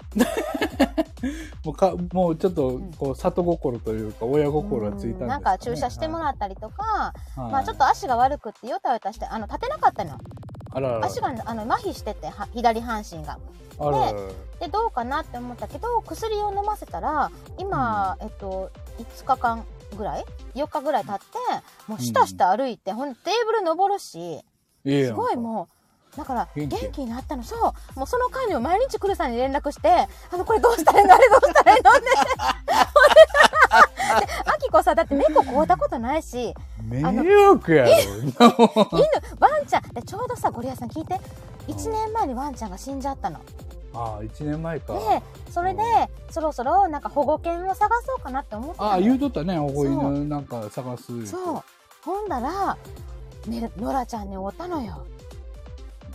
もうか、もうちょっと、こう、里心というか、親心がついたんですかね。 なんか注射してもらったりとか、はい、まあちょっと足が悪くってヨタヨタして、あの、立てなかったの。 あらら、 足が、あの、麻痺してて、は左半身が。 あらららで、で、どうかなって思ったけど、薬を飲ませたら、今、うん、えっと、いつかかんぐらい ?よっかぐらい経って、もう下下歩いて、うん、ほんテーブル登るし、すごいもう、だから元気になったの。そう、もうその間にも毎日クルさんに連絡して、あの、これどうしたらいいの、あれどうしたらいいのって。あきこさ、だって猫飼うたことないし、 迷惑やろ。 犬、ワンちゃんで、ちょうどさ、ゴリアさん聞いて、いちねんまえにワンちゃんが死んじゃったの。 ああ、いちねんまえか。 で、それで、そろそろなんか保護犬を探そうかなって思ってたの。 ああ、言うとったね、保護犬なんか探す。 そう。ほんだら、ね、ノラちゃんに会ったのよ。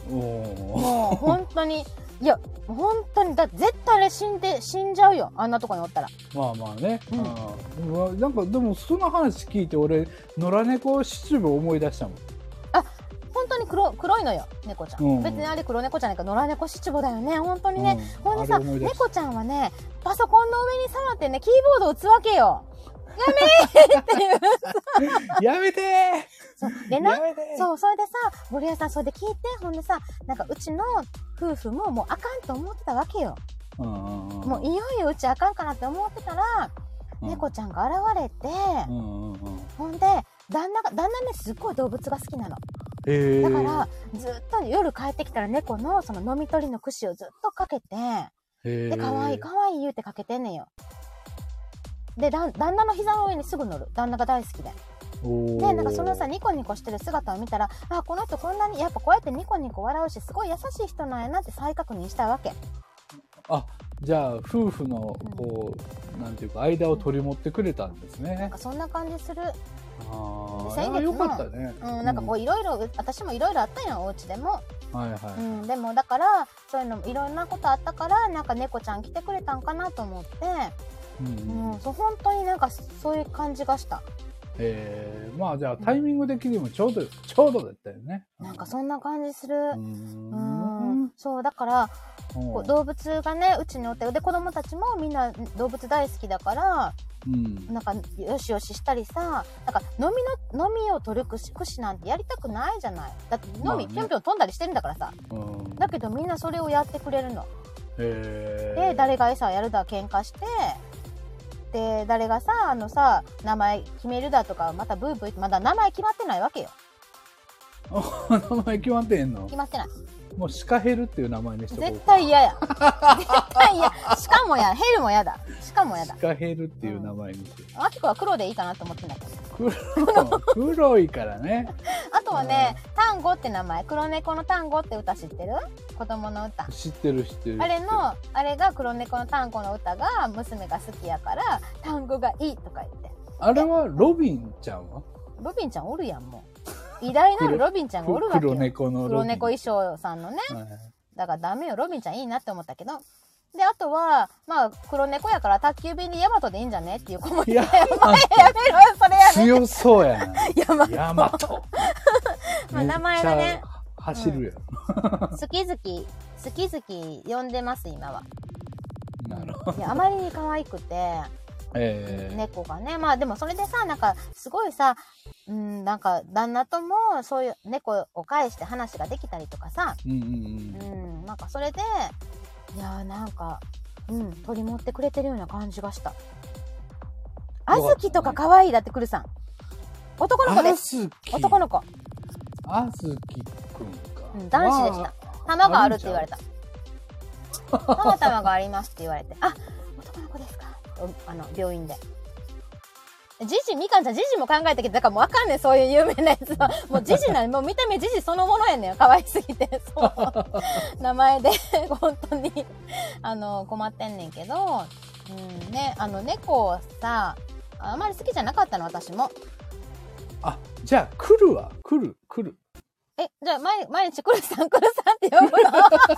もう本当に、いや、本当に、だって絶対あれ死んで、死んじゃうよ。あんなとこにおったら。 まあまあね。 うんうん、なんか、でもその話聞いて俺、野良猫七部思い出したもん。 あ、本当に黒、黒いのよ、猫ちゃん。うん、別にあれ黒猫じゃないか、野良猫七部だよね、本当にね。うん、ほんでさ、猫ちゃんはね、パソコンの上に触ってね、キーボードを打つわけよ。やめーっていうやめてーそうでな、そう、それでさ、ゴリラさんそれで聞いて、ほんでさ、なんかうちの夫婦ももうあかんと思ってたわけよ。うん、もういよいようちあかんかなって思ってたら、うん、猫ちゃんが現れて、うんうんうん、ほんで、旦那が、旦那ね、すっごい動物が好きなの。 へだから、ずっと夜帰ってきたら猫のその飲み取りの串をずっとかけて、で、かわいいかわいい言うてかけてんねんよ。で、旦那の膝の上にすぐ乗る。旦那が大好きで。で、なんかそのさ、ニコニコしてる姿を見たら、あ、この人こんなに、やっぱこうやってニコニコ笑うし、すごい優しい人なんやなって再確認したわけ。 あ、じゃあ、夫婦の、こう、うん、なんていうか、間を取り持ってくれたんですね。 なんかそんな感じする。 ああ、先月よかったね。 うん、なんかこういろいろ、私もいろいろあったんやん、お家でも。 はいはい。 うん、でもだから、そういうのいろんなことあったから、なんか猫ちゃん来てくれたんかなと思って、うん、うん、そう、本当になんかそういう感じがした。 えー、まあじゃあタイミング的にもちょうど、うん、ちょうどだったよね。 なんかそんな感じする。うん、うん、そう、だから、こう動物がね、うちにおって、で、子供たちもみんな動物大好きだから、うん、なんかよしよししたりさ、なんか飲みの飲みを取る串串なんてやりたくないじゃない。だって飲みぴょんぴょん飛んだりしてるんだからさ、うん、だけどみんなそれをやってくれるの。 へー。 で、誰が餌やるだ喧嘩して、で誰がさ、あのさ、名前決めるだとかまたブーブー、まだ名前決まってないわけよ。 名前決まってんの？ 決まってない。 もうシカヘルっていう名前にしとこう。 絶対嫌や。絶対嫌。しかもや、ヘルも嫌だ。しかも嫌だ。 シカヘルっていう名前にして。 あきこは黒でいいかなと思ってんだけど。 黒、黒いからね。 あとはね、タンゴって名前、黒猫のタンゴって歌知ってる？子供の歌。 知ってる知ってる。 あれの、あれが黒猫のタンゴの歌が娘が好きやから、タンゴがいいとか言って。 あれはロビンちゃんは？ ロビンちゃんおるやん、もう。偉大なるロビンちゃんがおるわけよ。 黒猫の黒猫衣装さんのね。はい、だからダメよ、ロビンちゃんいいなって思ったけど。で、あとは、まあ、黒猫やから宅急便にヤマトでいいんじゃねっていう子もいて。やめろよ、それやめ強そうやな。 ヤマト。 ヤマト。 まあ、名前がね。 走るよ。 好き好き、好き好き呼んでます、今は。 なるほど。 いや、あまりに可愛くて。えー、猫がね。まあでもそれでさ、なんかすごいさ、うん、なんか旦那ともそういう猫を介して話ができたりとかさ、うんうんうん、うん、なんかそれで、いやーなんか、うん、取り持ってくれてるような感じがした。あずきとか可愛いだってくるさん。男の子です。男の子。 あずきくんか。 うん、男子でした。玉があるって言われた。玉玉がありますって言われて、あ、男の子ですか。あの病院でジジみかんちゃんジジも考えたけど、だからもうわかんねん、そういう有名なやつは。もうジジなの、もう見た目ジジそのものやねん、可愛すぎて。そう名前で本当にあの困ってんねんけど、うんね、あの猫をさ、あまり好きじゃなかったの、私も。 あ、じゃあ来るわ、来る来る。 え、じゃあ毎毎日クルさんクルさんって呼ぶの？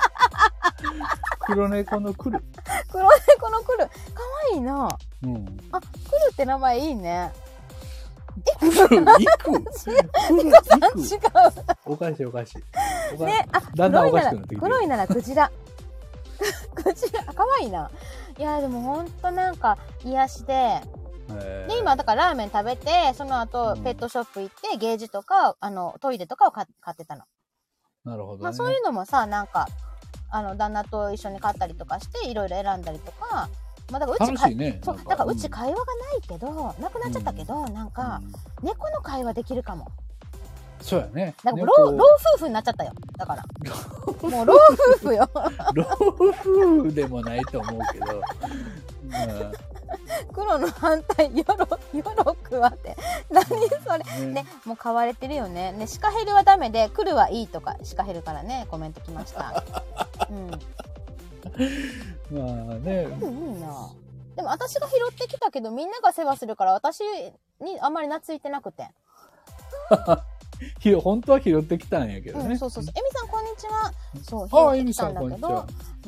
黒猫のクル。 黒猫のクル。かわいいな。うん。あ、クルって名前いいね。 え、クル、イク。 イクさん違う。 おかしいおかしい。 ね、あ、 だんだんおかしくなってきてる。 黒いならクジラ。クジラ、かわいいな。いや、でもほんとなんか癒しで。で、今だからラーメン食べて、その後ペットショップ行って、ゲージとか、あの、トイレとかを買ってたの。 なるほどね。 まあそういうのもさ、なんか、あの、旦那と一緒に買ったりとかして、いろいろ選んだりとか、まあだからうちか、 ね、 そう、だからうち会話がないけど、なくなっちゃったけど、うん、なんか、うん、猫の会話できるかも。 そうやね。 だから老、老夫婦になっちゃったよ。だから。もう老夫婦よ。 老夫婦でもないと思うけど。うん黒の反対、よろ、よろくはって。何それ。ね、ね、もう買われてるよね。ね、シカヘルはダメで、クルはいいとか、シカヘルからね、コメント来ました。うん。 まあね。 いいな。でも私が拾ってきたけど、みんなが世話するから、私にあんまり懐いてなくて。 ひ本当は拾ってきたんやけどね。 うん、そうそうそう。エミさんこんにちは。そう、 ああ、 拾ってきエミさんたんだけどこんにちは。。 うん、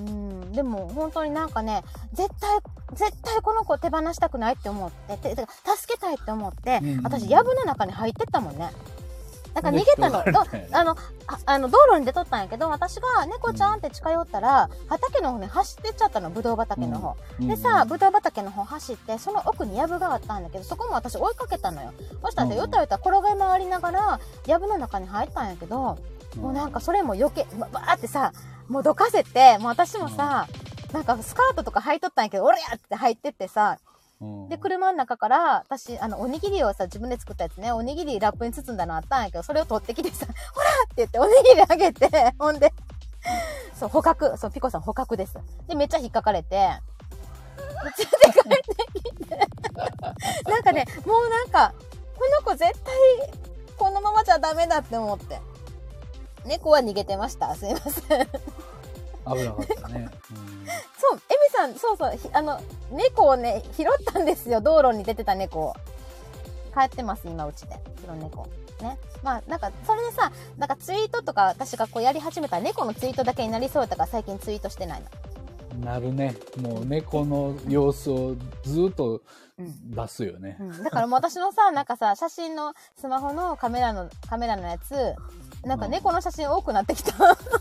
でも本当になんかね、絶対、絶対この子手放したくないって思って、ててか助けたいって思って、 うんうん、 私、藪の中に入ってったもんね。なんか逃げたの。 人がねどあの、ああの、道路に出とったんやけど、私が猫ちゃんって近寄ったら、畑の方に走ってっちゃったの、ぶどう畑の方。 うんでさ、ぶどう畑の方走って、その奥に藪があったんだけど、そこも私追いかけたのよ。そしたらさ、 うんよたよた転がり回りながら、藪の中に入ったんやけど、もうなんかそれも余計、ばばーってさ、もうどかせて、もう私もさ、なんかスカートとか履いとったんやけど、おりゃって入ってってさ、で、車の中から、私、あの、おにぎりをさ、自分で作ったやつね、おにぎりラップに包んだのあったんやけど、それを取ってきてさ、ほらって言って、おにぎりあげて、ほんで、そう、捕獲、そう、ピコさん捕獲です。で、めっちゃ引っかかれて、連れて帰ってきて、なんかね、もうなんか、この子絶対、このままじゃダメだって思って。猫は逃げてました。すいません。 危なかったね。うん、 そう、エミさん、そうそう、あの、猫をね、拾ったんですよ。道路に出てた猫を。帰ってます、今、うちで。黒猫。ね。まあ、なんか、それでさ、なんかツイートとか、私がこうやり始めたら、猫のツイートだけになりそうだから、最近ツイートしてないの。 なるね。もう猫の様子をずっと出すよね。 うんうん、だからもう私のさ、なんかさ、写真の、スマホのカメラの、カメラのやつ、なんか猫の写真多くなってきた。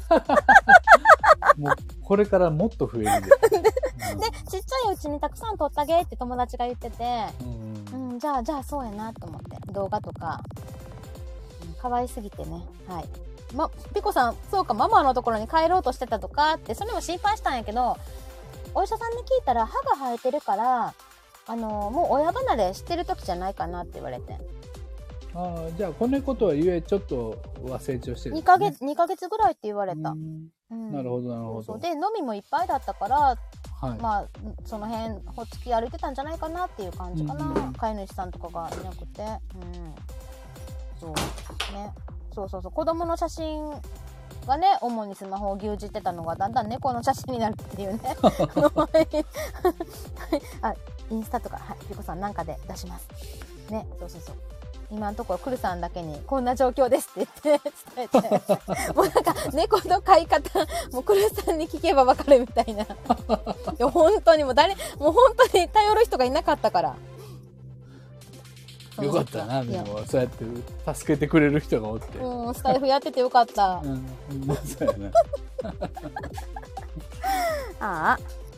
もうこれからもっと増えるで、うん、 で、ちっちゃいうちにたくさん撮ってあげって友達が言ってて、うん、うん、じゃあ、じゃあそうやなと思って、動画とか、うん、可愛すぎてね、はい。ま、ピコさん、そうか、ママのところに帰ろうとしてたとかって、それも心配したんやけど、お医者さんに聞いたら歯が生えてるから、あの、もう親離れしてる時じゃないかなって言われて。 ああ、じゃあ、子猫とはいえ、ちょっとは成長してる、ね。 にかげつ、にかげつぐらいって言われた。 うん、なるほど、なるほど。 そうそうで、飲みもいっぱいだったから、はい、まあ、その辺、ほっつき歩いてたんじゃないかなっていう感じかな。うん、飼い主さんとかがいなくて。うん。そう。ね。そうそうそう。子供の写真がね、主にスマホを牛耳ってたのが、だんだん猫の写真になるっていうね。あ、インスタとか、はい、ピコさんなんかで出します。ね、そうそうそう。今のところ、クルさんだけに、こんな状況ですって言って、伝えて。もうなんか、猫の飼い方、もうクルさんに聞けばわかるみたいな。いや、本当にもう誰、もう本当に頼る人がいなかったから。 よかったな、でも、そうやって助けてくれる人がおって。 うん、スタイフやっててよかった。うん、 そうやな。 ああ。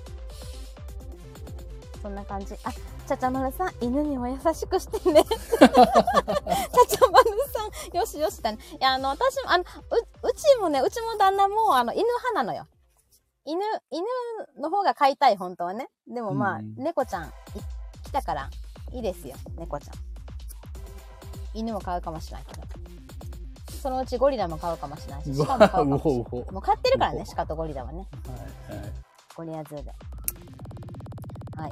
そんな感じ。あ、ちゃちゃまるさん、犬にも優しくしてね。ちゃちゃまるさん、よしよしだね。いや、あの、私も、あの、う、うちもね、うちも旦那も、あの、犬派なのよ。犬、犬の方が飼いたい、本当はね。でもまあ、うん、猫ちゃん、来たから、いいですよ、猫ちゃん。犬も飼うかもしれないけど。そのうちゴリラも飼うかもしれないし、鹿も飼うかもしれない。もう飼ってるからね、鹿とゴリラはね。はいはい。ゴリアズーで。はい。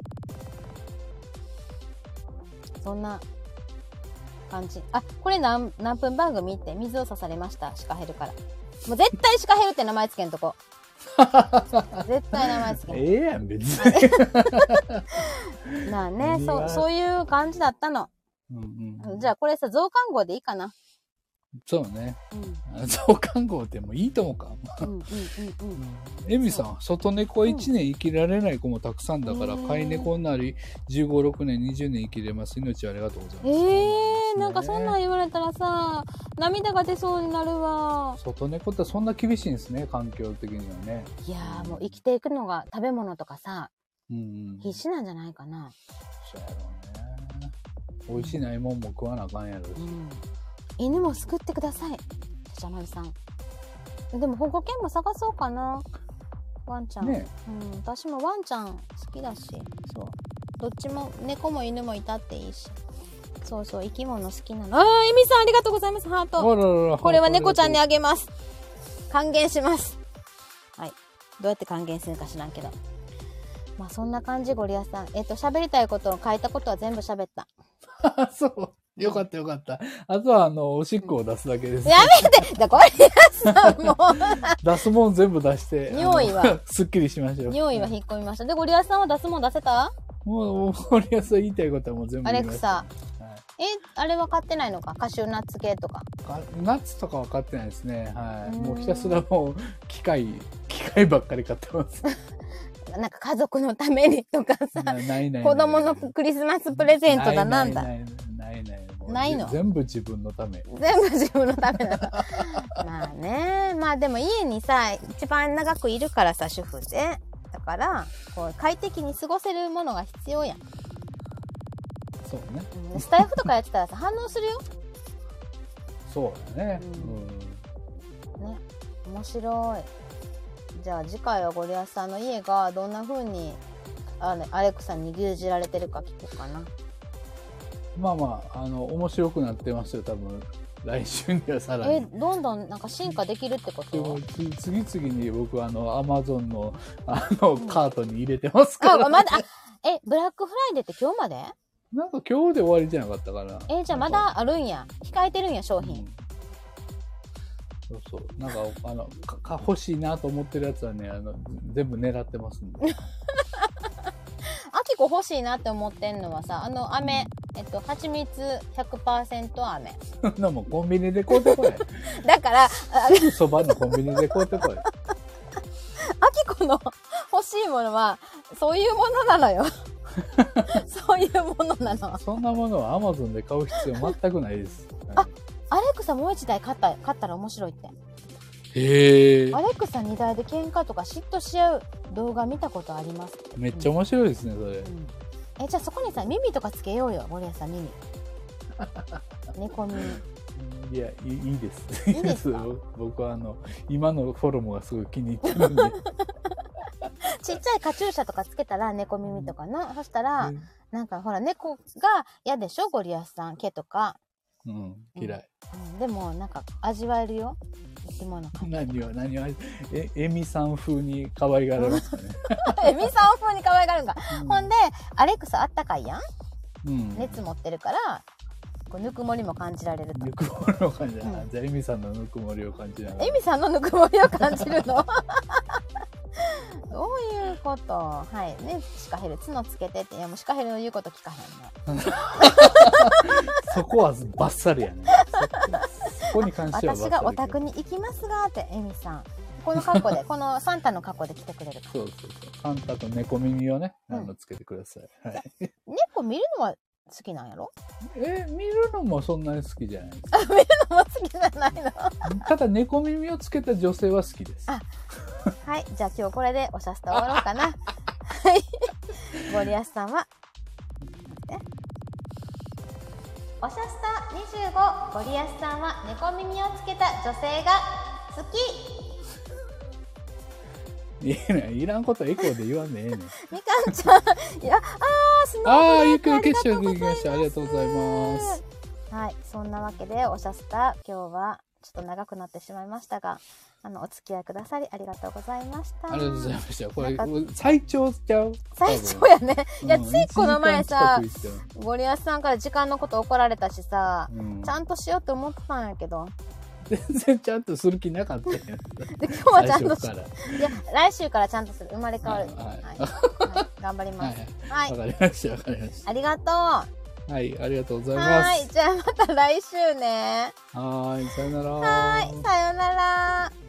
そんな感じ。あ、これ何、何分番組って水を刺されました。シカヘルから。もう絶対シカヘルって名前つけんとこ。絶対名前つけん。 ええやん、別に。 まあね、そう、そういう感じだったの。うんうん、じゃあこれさ、増刊号でいいかな。 そうね。うん、増刊号でもいいと思うか。エミさん、外猫はいちねん生きられない子もたくさんだから、飼い猫になりじゅうご、ろくねん、にじゅうねん生きれます。命ありがとうございます。 ええー、なんかそんなん言われたらさ、涙が出そうになるわ。 外猫ってそんな厳しいんですね、環境的にはね。 いやー、もう生きていくのが食べ物とかさ、うんうん、必死なんじゃないかな。 そうやろうね。美味しいないもんも食わなあかんやろし。うん、 犬も救ってください、ちゃまるさん。でも保護犬も探そうかな。ワンちゃん、ね、うん、私もワンちゃん好きだし、そう、どっちも猫も犬もいたっていいし、そうそう、生き物好きなの。あー、エミさんありがとうございます。ハート。 あららら、 これは猫ちゃんにあげます。還元します。はい。どうやって還元するか知らんけど、まあそんな感じ。ゴリアさん、えっと喋りたいことを書いたことは全部喋った。 そう。よかったよかった。あとは、あの、おしっこを出すだけです。 やめてだ、ゴリアさんもう。 出すもん全部出して。 尿意は。 すっきりしましょう。 尿意は引っ込みました。で、ゴリアさんは出すもん出せた？ もう、ゴリアさん言いたいことはもう全部言いました。 アレクサ、 え、あれは買ってないのか、カシューナッツ系とか。 ナッツとかは買ってないですね。はい。 うんもうひたすらもう機械機械ばっかり買ってます。 なんか家族のためにとかさ、 なないないない子供のクリスマスプレゼントだなんだ。 ないないないないもうないの全部自分のため。 全部自分のためなの。まあね、まあでも家にさ、一番長くいるからさ、主婦で。だから、こう快適に過ごせるものが必要やん。 そうね。 うん、スタイフとかやってたらさ、反応するよ。 そうだね。 うん。ね、面白い。じゃあ次回はゴリアスさんの家がどんな風にあのアレクサに牛耳られてるか聞こうかな。 まあまあ、あの面白くなってますよ、多分来週にはさらに。 え、どんどんなんか進化できるってこでもと？ 次々に僕あのアマゾンのあのカートに入れてますから、 あ、まだ、あ、え、ブラックフライデーって今日まで？ なんか今日で終わりじゃなかったかな。 え、じゃあまだあるんや。控えてるんや、商品。 うん、そうそう。なんかあのかか欲しいなと思ってるやつはね、あの全部狙ってますんで。 あきこ欲しいなって思ってんのはさ、あの飴、えっと蜂蜜 ひゃくパーセント 飴。 そんなもんコンビニで買うてこい。 だから、あすぐそばのコンビニで買うてこい。 あきこの欲しいものはそういうものなのよ。そういうものなの。 そんなものはアマゾンで買う必要全くないです。 あ、アレクサもう一台買った買ったら面白いって。 へえ。 アレクサにだいで喧嘩とか嫉妬し合う動画見たことあります。 めっちゃ面白いですね、それ。 うん、え、じゃあそこにさ耳とかつけようよ、ゴリアスさん耳。猫耳。 いや、いいいいです。 いいですか？ 僕はあの今のフォルムがすごい気に入ってるんで。 ちっちゃいカチューシャとかつけたら猫耳とかの、そしたら、 うんなんかほら猫が嫌でしょ、ゴリアスさん、毛とか。 うん、嫌い。 うん、でもなんか味わえるよ、生き物か。 何を何をえエミさん風に可愛がられますかね。 エミさん風に可愛がるんか。 うん、 ほんでアレクサあったかいやん。 うん、 熱持ってるからこうぬくもりも感じられると。 ぬくもりを感じる、 うん、 じゃあエミさんのぬくもりを感じながら。 エミさんのぬくもりを感じるの。どういうこと？はいね、シカヘル角つけてって、いやもうシカヘルの言うこと聞かへんね。 そこはバッサリやね。そ, そこに関してはバッサリ。 私がお宅に行きますがってエミさん。この格好で、このサンタの格好で来てくれるから。 そうそうそう。サンタと猫耳をね、あのつけてください。はい。 猫見るのは好きなんやろ？ え、見るのもそんなに好きじゃないですか。 見るのも好きじゃないの？ ただ猫耳をつけた女性は好きです。 あ、はい、じゃあ今日これでおしゃスタ終わろうかな。はい。ゴリアスさんは、待って。おしゃスタにじゅうご、ゴリアスさんは猫耳をつけた女性が好き。 いいね、いらんことエコーで言わんでええねん。 みかんちゃん、いや、あー、スノーああ、 ブレイゆくゆくクありがとうございます。 決勝できました。ありがとうございます。 はい、そんなわけでおしゃスタ今日はちょっと長くなってしまいましたが、あのお付き合いくださりありがとうございました。 ありがとうございました。これ最長ちゃう？ 最長やね。いや、 うん、 ついこの前さ、 いちじかん近く行ってゴリアスさんから時間のこと怒られたしさ、 うん、 ちゃんとしようと思ってたんやけど。 全然ちゃんとする気なかったよ。 で今日はちゃんとし、い最初からや、来週からちゃんとする。生まれ変わる。 はいはいはい、頑張ります。はい。 わ、はい、かりました、わかりました。 ありがとう。 はい、ありがとうございます。 はい、じゃあまた来週ね。 はい、さよなら。 はい、さよなら。